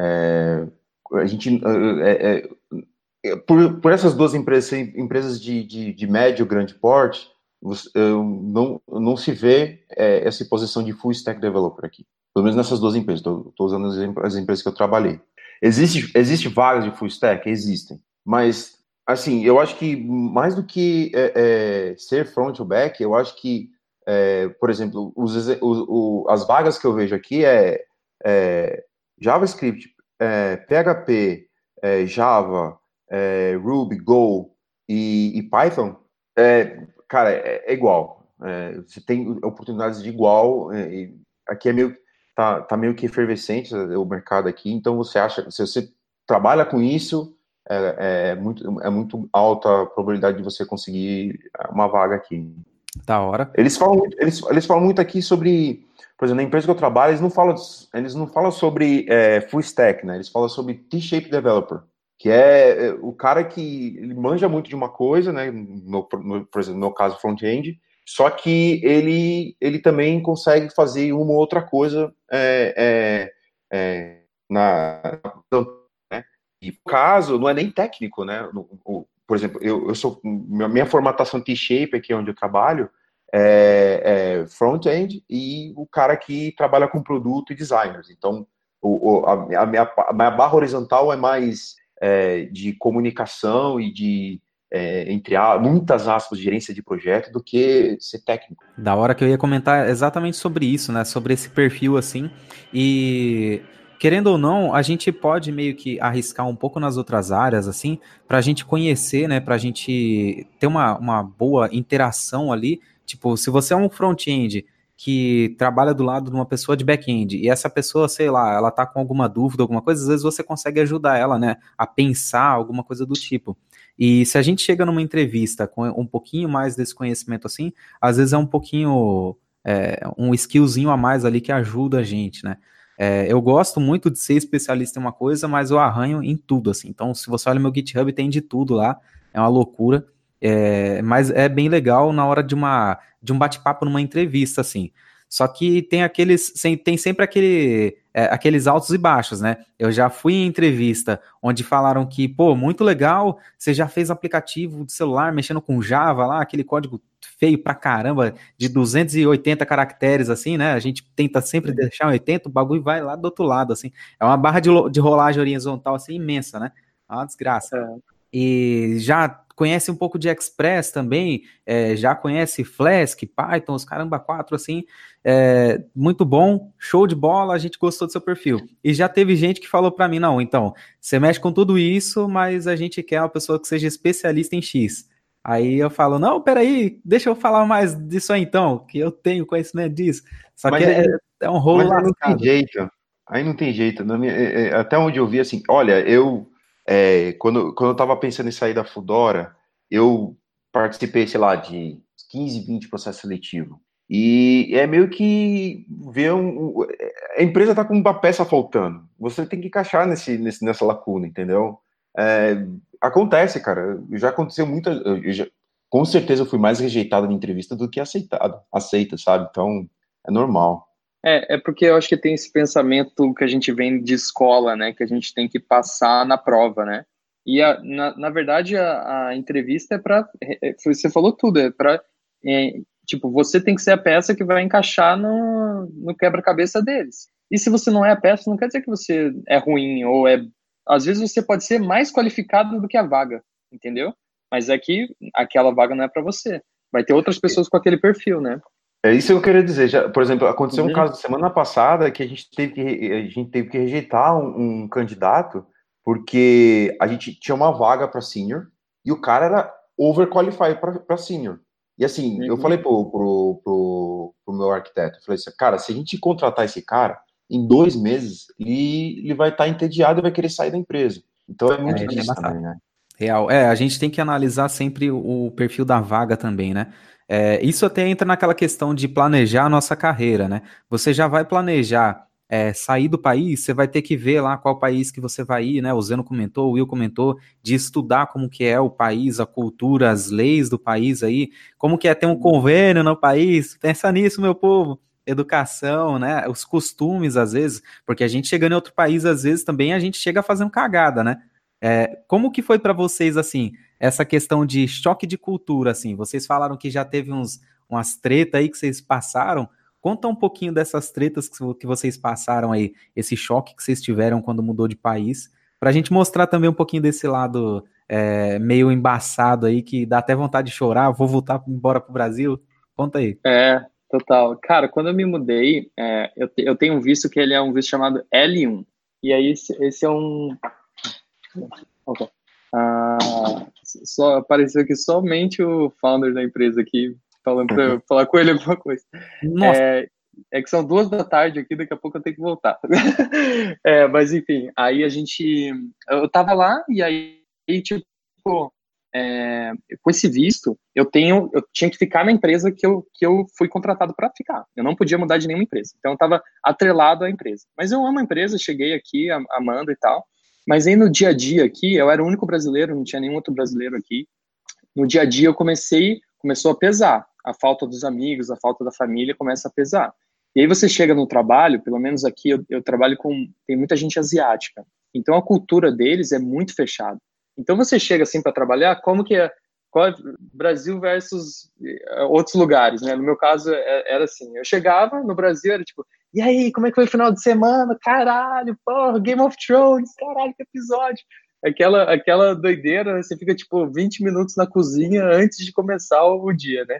É, a gente, é, é, por, por essas duas empresas, empresas de, de, de médio, grande porte, você, não, não se vê é, essa posição de full stack developer aqui. Pelo menos nessas duas empresas, estou usando as, as empresas que eu trabalhei. Existe, existe vagas de full stack? Existem. Mas, assim, eu acho que mais do que é, é, ser front ou back, eu acho que, é, por exemplo, os, os, os, as vagas que eu vejo aqui é, é JavaScript, é, P H P, é, Java, é, Ruby, Go e, e Python. É, cara, é, é igual. É, você tem oportunidades de igual. É, aqui é meio Tá, tá meio que efervescente o mercado aqui, então você acha, se você trabalha com isso, é, é, muito, é muito alta a probabilidade de você conseguir uma vaga aqui. Da hora. Eles falam, eles, eles falam muito aqui sobre, por exemplo, na empresa que eu trabalho, eles não falam, eles não falam sobre é, full stack, né? Eles falam sobre T-shape developer, que é, é o cara que ele manja muito de uma coisa, né? No, no, por exemplo, no meu caso, front-end, só que ele, ele também consegue fazer uma ou outra coisa é, é, é, na, né? E no caso, não é nem técnico, né? O, o, por exemplo, eu, eu sou, minha, minha formatação T-Shape, aqui onde eu trabalho, é, é front-end, e o cara que trabalha com produto e designers. Então, o, o, a, a, minha, a minha barra horizontal é mais é, de comunicação e de É, entre a, muitas aspas, gerência de projeto, do que ser técnico. Da hora que eu ia comentar exatamente sobre isso, né? Sobre esse perfil assim. E querendo ou não, a gente pode meio que arriscar um pouco nas outras áreas, assim, para a gente conhecer, né? Para a gente ter uma, uma boa interação ali. Tipo, se você é um front-end que trabalha do lado de uma pessoa de back-end e essa pessoa, sei lá, ela tá com alguma dúvida, alguma coisa, às vezes você consegue ajudar ela, né? A pensar alguma coisa do tipo. E se a gente chega numa entrevista com um pouquinho mais desse conhecimento assim, às vezes é um pouquinho, é, um skillzinho a mais ali que ajuda a gente, né? É, eu gosto muito de ser especialista em uma coisa, mas eu arranho em tudo, assim. Então, se você olha meu GitHub, tem de tudo lá, é uma loucura. É, mas é bem legal na hora de, uma, de um bate-papo numa entrevista, assim. Só que tem aqueles, tem sempre aquele, é, aqueles altos e baixos, né? Eu já fui em entrevista onde falaram que, pô, muito legal, você já fez aplicativo de celular mexendo com Java lá, aquele código feio pra caramba, de duzentos e oitenta caracteres, assim, né? A gente tenta sempre deixar oitenta, o bagulho vai lá do outro lado, assim. É uma barra de, de rolagem horizontal, assim, imensa, né? É uma desgraça. É. E já conhece um pouco de Express também, é, já conhece Flask, Python, os caramba quatro, assim, é, muito bom, show de bola, a gente gostou do seu perfil. E já teve gente que falou para mim, não, então, você mexe com tudo isso, mas a gente quer uma pessoa que seja especialista em X. Aí eu falo, não, peraí, deixa eu falar mais disso aí então, que eu tenho conhecimento disso. Só Mas que é, aí, é um rolo mas aí não tem lascado. jeito. Aí não tem jeito. Na minha- é, é, até onde eu vi, assim, olha, eu, é, quando, quando eu tava pensando em sair da Foodora, eu participei, sei lá, de quinze, vinte processos seletivos. E é meio que ver um, um- a empresa tá com uma peça faltando. Você tem que encaixar nesse, nesse, nessa lacuna, entendeu? É, acontece, cara. Já aconteceu muita. Eu já- com certeza eu fui mais rejeitado na entrevista do que aceitado, aceita, sabe? Então, é normal. É, é porque eu acho que tem esse pensamento que a gente vem de escola, né? Que a gente tem que passar na prova, né? E, a, na, na verdade, a, a entrevista é para... Você falou tudo, é para... É, tipo, você tem que ser a peça que vai encaixar no, no quebra-cabeça deles. E se você não é a peça, não quer dizer que você é ruim, ou é... Às vezes você pode ser mais qualificado do que a vaga, entendeu? Mas é que aquela vaga não é para você. Vai ter outras pessoas com aquele perfil, né? É isso que eu queria dizer. Já, por exemplo, aconteceu um Uhum. caso semana passada que a gente teve que, re- a gente teve que rejeitar um, um candidato porque a gente tinha uma vaga para senior e o cara era overqualified para senior. E assim, eu Uhum. falei pro, pro, pro, pro meu arquiteto, eu falei assim, cara, se a gente contratar esse cara, em dois meses ele, ele vai estar entediado e vai querer sair da empresa. Então é muito É, isso é disso embaçado. também, né? Real. É, a gente tem que analisar sempre o, o perfil da vaga também, né? É, isso até entra naquela questão de planejar a nossa carreira, né? Você já vai planejar é, sair do país, você vai ter que ver lá qual país que você vai ir, né? O Zeno comentou, o Will comentou, de estudar como que é o país, a cultura, as leis do país aí, como que é ter um convênio no país. Pensa nisso, meu povo. Educação, né? Os costumes, às vezes, porque a gente chegando em outro país, às vezes, também a gente chega fazendo cagada, né? É, como que foi para vocês, assim, essa questão de choque de cultura, assim? Vocês falaram que já teve uns, umas tretas aí que vocês passaram. Conta um pouquinho dessas tretas que, que vocês passaram aí, esse choque que vocês tiveram quando mudou de país, para a gente mostrar também um pouquinho desse lado é, meio embaçado aí, que dá até vontade de chorar, vou voltar embora pro Brasil. Conta aí. É, total. Cara, quando eu me mudei, é, eu, te- eu tenho um visto que ele é um visto chamado L um. E aí, esse, esse é um. Ok. Ah, só apareceu aqui somente o founder da empresa aqui, falando para eu falar com ele alguma coisa. Nossa, É, é que são duas da tarde aqui, daqui a pouco eu tenho que voltar. É, mas enfim, aí a gente. Eu tava lá e aí, tipo, é, com esse visto, eu tenho, eu tinha que ficar na empresa que eu, que eu fui contratado para ficar. Eu não podia mudar de nenhuma empresa. Então eu estava atrelado à empresa. Mas eu amo a empresa, cheguei aqui am- amando e tal. Mas aí no dia a dia aqui, eu era o único brasileiro, não tinha nenhum outro brasileiro aqui. No dia a dia eu comecei, começou a pesar. a falta dos amigos, a falta da família começa a pesar. E aí você chega no trabalho, pelo menos aqui eu, eu trabalho com, tem muita gente asiática, então a cultura deles é muito fechada. Então você chega assim para trabalhar, como que é, qual é Brasil versus outros lugares, né? No meu caso era assim, eu chegava no Brasil, era tipo, e aí, como é que foi o final de semana? Caralho, porra, Game of Thrones, caralho, que episódio. Aquela, aquela doideira, né? Você fica tipo vinte minutos na cozinha antes de começar o dia, né?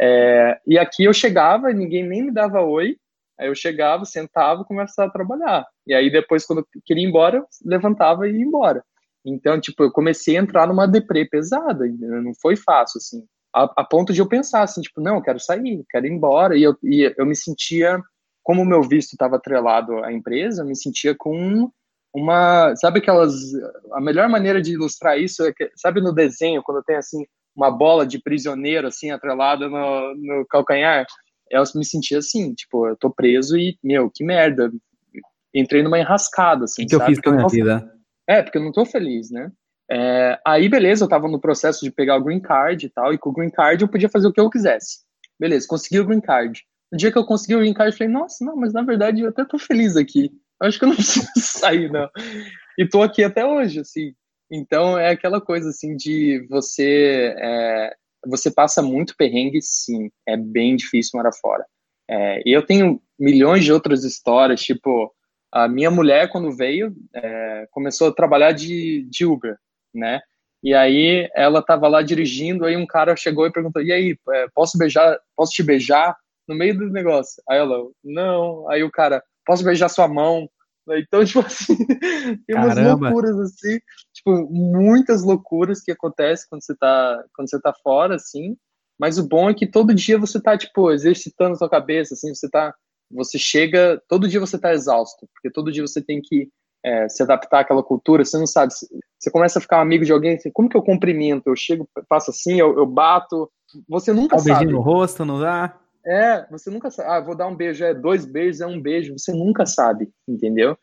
É, e aqui eu chegava, ninguém nem me dava oi, aí eu chegava, sentava e começava a trabalhar. E aí depois, quando eu queria ir embora, eu levantava e ia embora. Então, tipo, eu comecei a entrar numa deprê pesada, entendeu? Não foi fácil, assim, a, a ponto de eu pensar, assim, tipo, não, eu quero sair, quero ir embora, e eu, e eu me sentia, como o meu visto estava atrelado à empresa, eu me sentia com uma, sabe aquelas, a melhor maneira de ilustrar isso é que, sabe no desenho, quando tem, assim, uma bola de prisioneiro, assim, atrelada no, no calcanhar, eu me sentia assim, tipo, eu tô preso e, meu, que merda, entrei numa enrascada, O assim, que, que eu sabe? fiz Porque com eu a não minha tô, vida? é, porque eu não tô feliz, né? É, aí, beleza, eu tava no processo de pegar o green card e tal, e com o green card eu podia fazer o que eu quisesse. Beleza, consegui o green card. No dia que eu consegui o green card, eu falei, nossa, não, mas na verdade eu até tô feliz aqui. Eu acho que eu não preciso sair, não. E tô aqui até hoje, assim. Então, é aquela coisa, assim, de você... É, você passa muito perrengue, sim. É bem difícil morar fora. É, e eu tenho milhões de outras histórias, tipo... A minha mulher, quando veio, é, começou a trabalhar de, de Uber, né? E aí ela tava lá dirigindo, aí um cara chegou e perguntou, e aí, é, posso beijar, posso te beijar no meio do negócio? Aí ela, não. Aí o cara, posso beijar sua mão? Então, tipo assim, tem umas Caramba, loucuras assim, tipo, muitas loucuras que acontecem quando você tá, quando você tá fora, assim, mas o bom é que todo dia você tá, tipo, exercitando a sua cabeça, assim, você tá, você chega, todo dia você tá exausto, porque todo dia você tem que é, se adaptar àquela cultura, você não sabe, você começa a ficar amigo de alguém, assim, como que eu cumprimento? Eu chego, faço assim, eu, eu bato, você nunca dá um beijinho no sabe. rosto, não dá? É, você nunca sabe. Ah, vou dar um beijo, é dois beijos, é um beijo. Você nunca sabe, entendeu?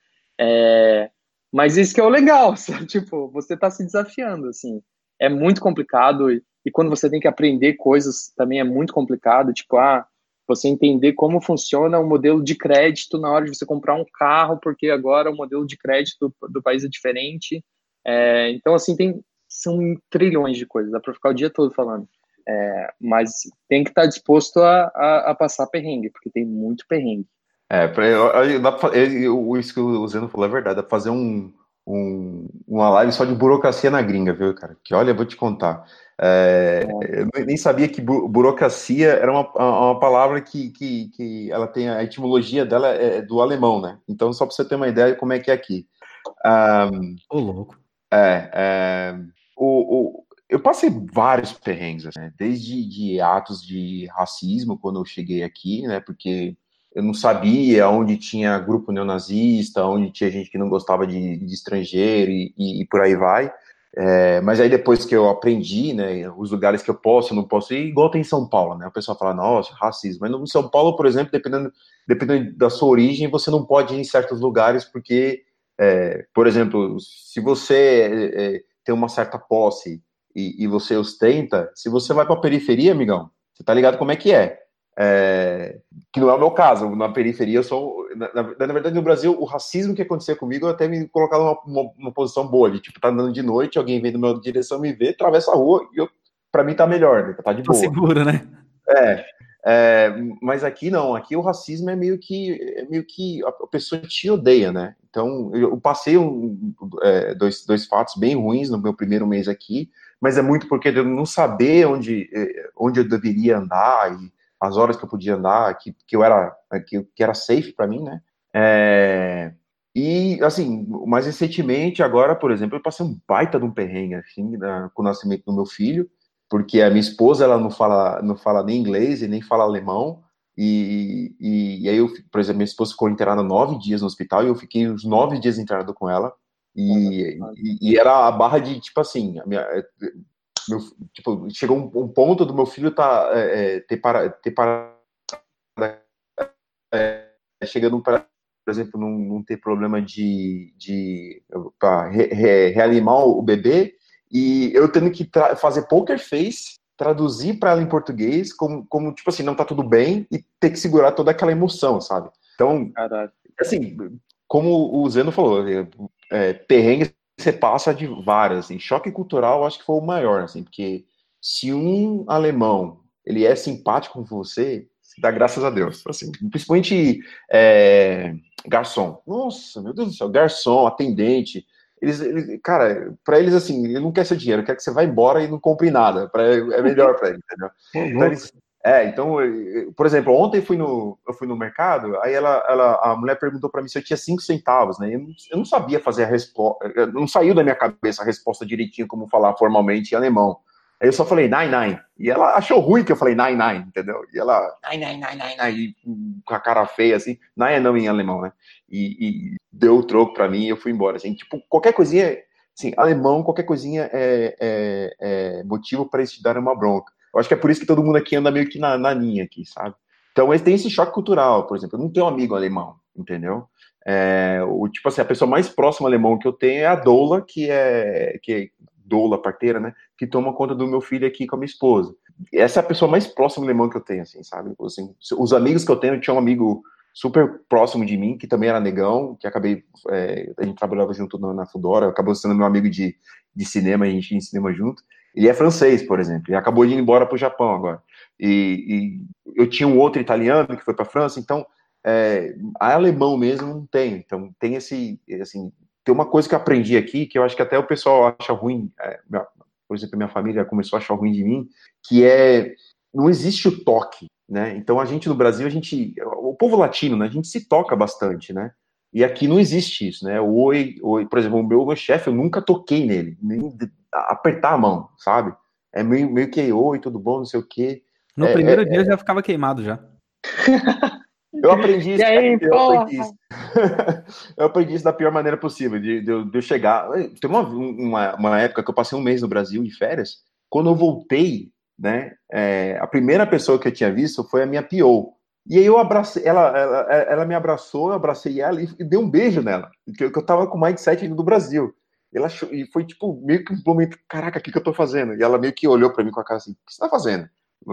É, mas isso que é o legal, sabe? Tipo, você tá se desafiando, assim. É muito complicado e, e quando você tem que aprender coisas também é muito complicado. Tipo, ah, você entender como funciona o modelo de crédito na hora de você comprar um carro, porque agora o modelo de crédito do, do país é diferente. É, então, assim, tem, são trilhões de coisas. Dá pra ficar o dia todo falando. É, mas tem que estar disposto a, a, a passar perrengue, porque tem muito perrengue. É, pra, eu, eu- dá pra, eu, eu- isso que o Zeno falou é verdade. Dá pra fazer um, um- uma live só de burocracia na gringa, viu, cara? Que olha, eu vou te contar. É, É, eu nem sabia que bu- burocracia era uma, uma palavra que, que, que ela tem a etimologia dela é do alemão, né? Então, só pra você ter uma ideia de como é que é aqui. Ah, Ô, louco. é, é, o, o- eu passei vários perrengues, assim, né? Desde de atos de racismo quando eu cheguei aqui, né? Porque eu não sabia onde tinha grupo neonazista, onde tinha gente que não gostava de, de estrangeiro e, e- e por aí vai. É, mas aí depois que eu aprendi, né, os lugares que eu posso, não posso ir, igual tem em São Paulo, né? O pessoal fala, nossa, racismo. Mas no São Paulo, por exemplo, dependendo, dependendo da sua origem, você não pode ir em certos lugares porque é, por exemplo, se você é, é, tem uma certa posse e, e você ostenta, se você vai para a periferia, amigão, você tá ligado como é que é. É, que não é o meu caso, na periferia eu sou. Na, na, na verdade, no Brasil, o racismo que acontecia comigo eu até me colocava numa uma, uma posição boa, de tipo, tá andando de noite, alguém vem na minha direção, me vê, atravessa a rua, e eu, pra mim tá melhor, né, tá de Tô boa. seguro, né? É, é, mas aqui não, aqui o racismo é meio que, é meio que a pessoa te odeia, né? Então, eu passei um, é, dois, dois fatos bem ruins no meu primeiro mês aqui, mas é muito porque eu não saber onde, é, onde eu deveria andar e as horas que eu podia andar, que, que eu era, que, que era safe para mim, né? É, e, assim, mais recentemente, agora, por exemplo, eu passei um baita de um perrengue, assim, na, com o nascimento do meu filho, porque a minha esposa ela não fala não fala nem inglês e nem fala alemão e, e, e aí eu, por exemplo, minha esposa ficou internada nove dias no hospital e eu fiquei uns nove dias internado com ela e, e, e era a barra de tipo assim, a minha, meu, tipo, chegou um, um ponto do meu filho tá é, é, ter para ter para é, chegando para por exemplo, não, não ter problema de, de para re, re, reanimar o bebê e eu tendo que fazer poker face traduzir para ela em português como, como, tipo assim, não tá tudo bem e ter que segurar toda aquela emoção, sabe? Então, Caralho. assim, como o Zeno falou, é, perrengue você passa de várias, assim, choque cultural eu acho que foi o maior, assim, porque se um alemão, ele é simpático com você, você dá graças a Deus, assim, principalmente é, garçom, nossa, meu Deus do céu, garçom, atendente, eles, eles cara, pra eles, assim, ele não quer seu dinheiro, quer que você vá embora e não compre nada, pra, é melhor pra ele, entendeu? Então, eles, é, então, por exemplo, ontem eu fui no, eu fui no mercado, aí ela, ela, a mulher perguntou pra mim se eu tinha cinco centavos, né? Eu não, eu não sabia fazer a resposta, não saiu da minha cabeça a resposta direitinho como falar formalmente em alemão. Aí eu só falei nine, nine. E ela achou ruim que eu falei nine, nine, entendeu? E ela, nine, nine, nine, nine, nine, com a cara feia, assim. Nine é não em alemão, né? E, e deu o troco pra mim e eu fui embora, assim. Tipo, qualquer coisinha, assim, alemão, qualquer coisinha é, é, é motivo pra eles te darem uma bronca. Eu acho que é por isso que todo mundo aqui anda meio que na, na linha aqui, sabe? Então, eles têm esse choque cultural, por exemplo. Eu não tenho um amigo alemão, entendeu? É, o, tipo assim, a pessoa mais próxima alemão que eu tenho é a Doula, que é, que é Doula, parteira, né? Que toma conta do meu filho aqui com a minha esposa. Essa é a pessoa mais próxima alemão que eu tenho, assim, sabe? Assim, os amigos que eu tenho, eu tinha um amigo super próximo de mim, que também era negão, que acabei, é, a gente trabalhava junto na, na Foodora, acabou sendo meu amigo de, de cinema, a gente ia em cinema junto. Ele é francês, por exemplo, e acabou de ir embora para o Japão agora. E, e eu tinha um outro italiano que foi para a França, então, é, a alemão mesmo não tem. Então, tem esse, assim, tem uma coisa que eu aprendi aqui, que eu acho que até o pessoal acha ruim, é, minha, por exemplo, a minha família começou a achar ruim de mim, que é, não existe o toque, né? Então, a gente no Brasil, a gente, o povo latino, né, a gente se toca bastante, né? E aqui não existe isso, né? Oi, oi, por exemplo, o meu, meu chefe, eu nunca toquei nele, nem apertar a mão, sabe? É meio, meio que, oi, tudo bom, não sei o quê. No é, primeiro é, dia eu já ficava queimado já. Eu aprendi isso, E aí, eu porra? aprendi isso. Eu aprendi isso da pior maneira possível, de, de, de eu chegar. Tem uma, uma, uma época que eu passei um mês no Brasil de férias. Quando eu voltei, né, é, a primeira pessoa que eu tinha visto foi a minha P O. E aí eu abracei, ela, ela, ela me abraçou, eu abracei ela e, e dei um beijo nela, porque eu, eu tava com o mindset indo do Brasil. Ela achou, e foi tipo meio que um momento, caraca, o que, que eu tô fazendo? E ela meio que olhou pra mim com a cara assim, o que você tá fazendo?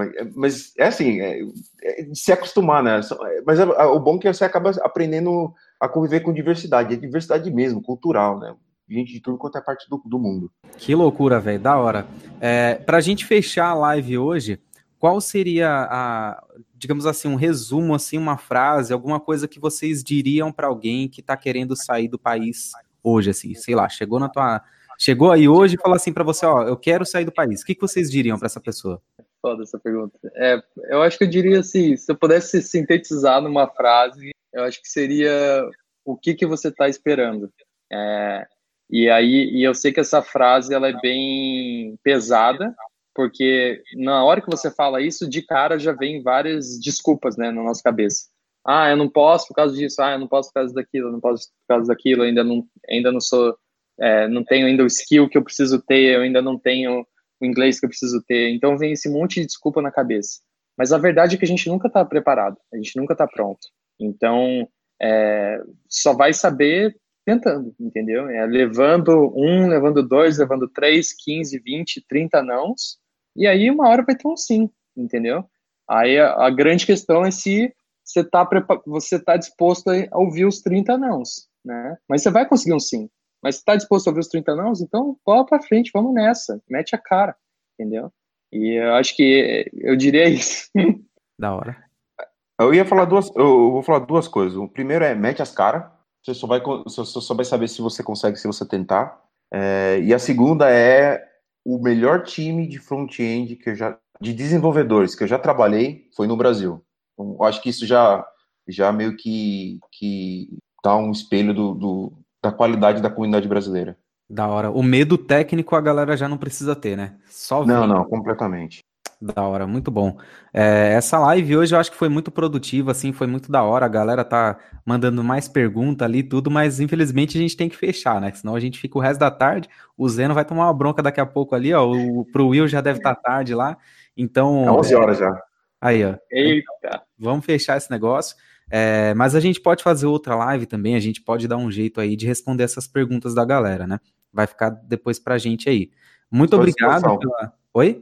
Mas é assim, é, é se acostumar, né? Mas é, é, o bom é que você acaba aprendendo a conviver com diversidade, é diversidade mesmo, cultural, né? Gente de tudo quanto é parte do, do mundo. Que loucura, velho, da hora. É, pra gente fechar a live hoje, qual seria a, digamos assim, um resumo, assim, uma frase, alguma coisa que vocês diriam pra alguém que tá querendo sair do país hoje, assim, sei lá, chegou na tua, chegou aí hoje e falou assim pra você, ó, eu quero sair do país. O que, que vocês diriam pra essa pessoa? Foda essa pergunta. É, eu acho que eu diria assim, se eu pudesse sintetizar numa frase, eu acho que seria o que que você está esperando. É, e aí, e eu sei que essa frase ela é bem pesada, porque na hora que você fala isso, de cara já vem várias desculpas, né, na nossa cabeça. Ah, eu não posso por causa disso. Ah, eu não posso por causa daquilo. Eu não posso por causa daquilo. Eu ainda não, ainda não sou, é, não tenho ainda o skill que eu preciso ter. Eu ainda não tenho o inglês que eu preciso ter. Então vem esse monte de desculpa na cabeça. Mas a verdade é que a gente nunca está preparado, a gente nunca está pronto. Então, é, só vai saber tentando, entendeu? É levando um, levando dois, levando três, quinze, vinte, trinta nãos, e aí uma hora vai ter um sim, entendeu? Aí a, a grande questão é se você está você tá disposto a ouvir os trinta nãos, né? Mas você vai conseguir um sim. Mas você está disposto a ouvir os trinta nãos? Então, bola pra frente, vamos nessa. Mete a cara, entendeu? E eu acho que eu diria isso. Da hora. Eu ia falar duas, eu vou falar duas coisas. O primeiro é mete as caras. Você só vai, você só vai saber se você consegue se você tentar. É, e a segunda é o melhor time de front-end que eu já, de desenvolvedores que eu já trabalhei foi no Brasil. Então, eu acho que isso já, já meio que, que dá um espelho do, do da qualidade da comunidade brasileira. Da hora. O medo técnico a galera já não precisa ter, né? Só Não, vem. não, completamente. Da hora, muito bom. É, essa live hoje eu acho que foi muito produtiva, assim, foi muito da hora. A galera tá mandando mais perguntas ali e tudo, mas infelizmente a gente tem que fechar, né? Senão a gente fica o resto da tarde. O Zeno vai tomar uma bronca daqui a pouco ali, ó. O, pro Will já deve estar tarde lá. É Então, onze horas já. aí, ó. Eita! Vamos fechar esse negócio. É, mas a gente pode fazer outra live também, a gente pode dar um jeito aí de responder essas perguntas da galera, né? Vai ficar depois pra gente aí. Muito Estou à obrigado disposição. pela. Oi?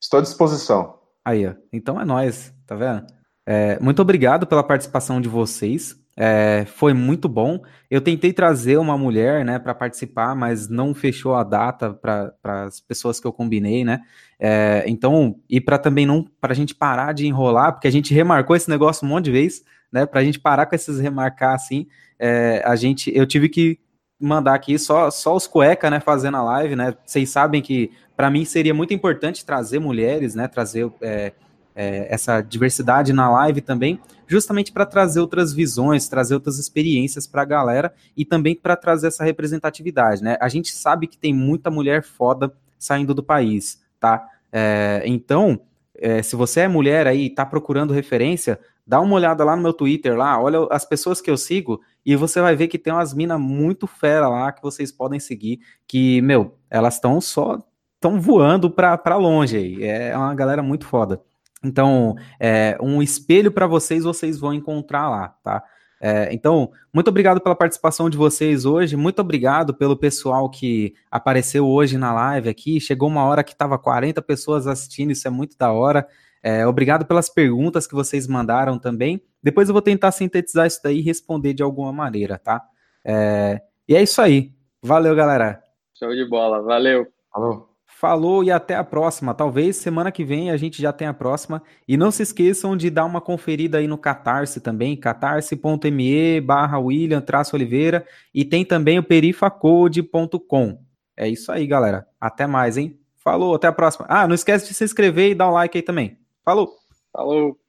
Estou à disposição. Aí, ó. Então é nóis, tá vendo? É, muito obrigado pela participação de vocês. É, foi muito bom. Eu tentei trazer uma mulher, né, para participar, mas não fechou a data para as pessoas que eu combinei, né? É, então, e para também não, para a gente parar de enrolar, porque a gente remarcou esse negócio um monte de vezes, né? Para a gente parar com esses remarcar assim, é, a gente, eu tive que mandar aqui só, só os cueca, né, fazendo a live, né? Vocês sabem que para mim seria muito importante trazer mulheres, né? Trazer é, é, essa diversidade na live também, justamente para trazer outras visões, trazer outras experiências para a galera e também para trazer essa representatividade, né? A gente sabe que tem muita mulher foda saindo do país, tá? É, então, é, se você é mulher aí e tá procurando referência, dá uma olhada lá no meu Twitter, lá, olha as pessoas que eu sigo e você vai ver que tem umas minas muito fera lá que vocês podem seguir, que, meu, elas estão só estão voando para longe aí. É uma galera muito foda. Então, é, um espelho para vocês, vocês vão encontrar lá, tá? É, então, muito obrigado pela participação de vocês hoje, muito obrigado pelo pessoal que apareceu hoje na live aqui, chegou uma hora que estava quarenta pessoas assistindo, isso é muito da hora. É, obrigado pelas perguntas que vocês mandaram também, depois eu vou tentar sintetizar isso daí e responder de alguma maneira, tá? É, e é isso aí, valeu galera! Show de bola, valeu! Falou. Falou e até a próxima. Talvez semana que vem a gente já tenha a próxima. E não se esqueçam de dar uma conferida aí no Catarse também, catarse.me barra William traço Oliveira. E tem também o perifacode ponto com. É isso aí, galera. Até mais, hein? Falou, até a próxima. Ah, não esquece de se inscrever e dar um like aí também. Falou! Falou!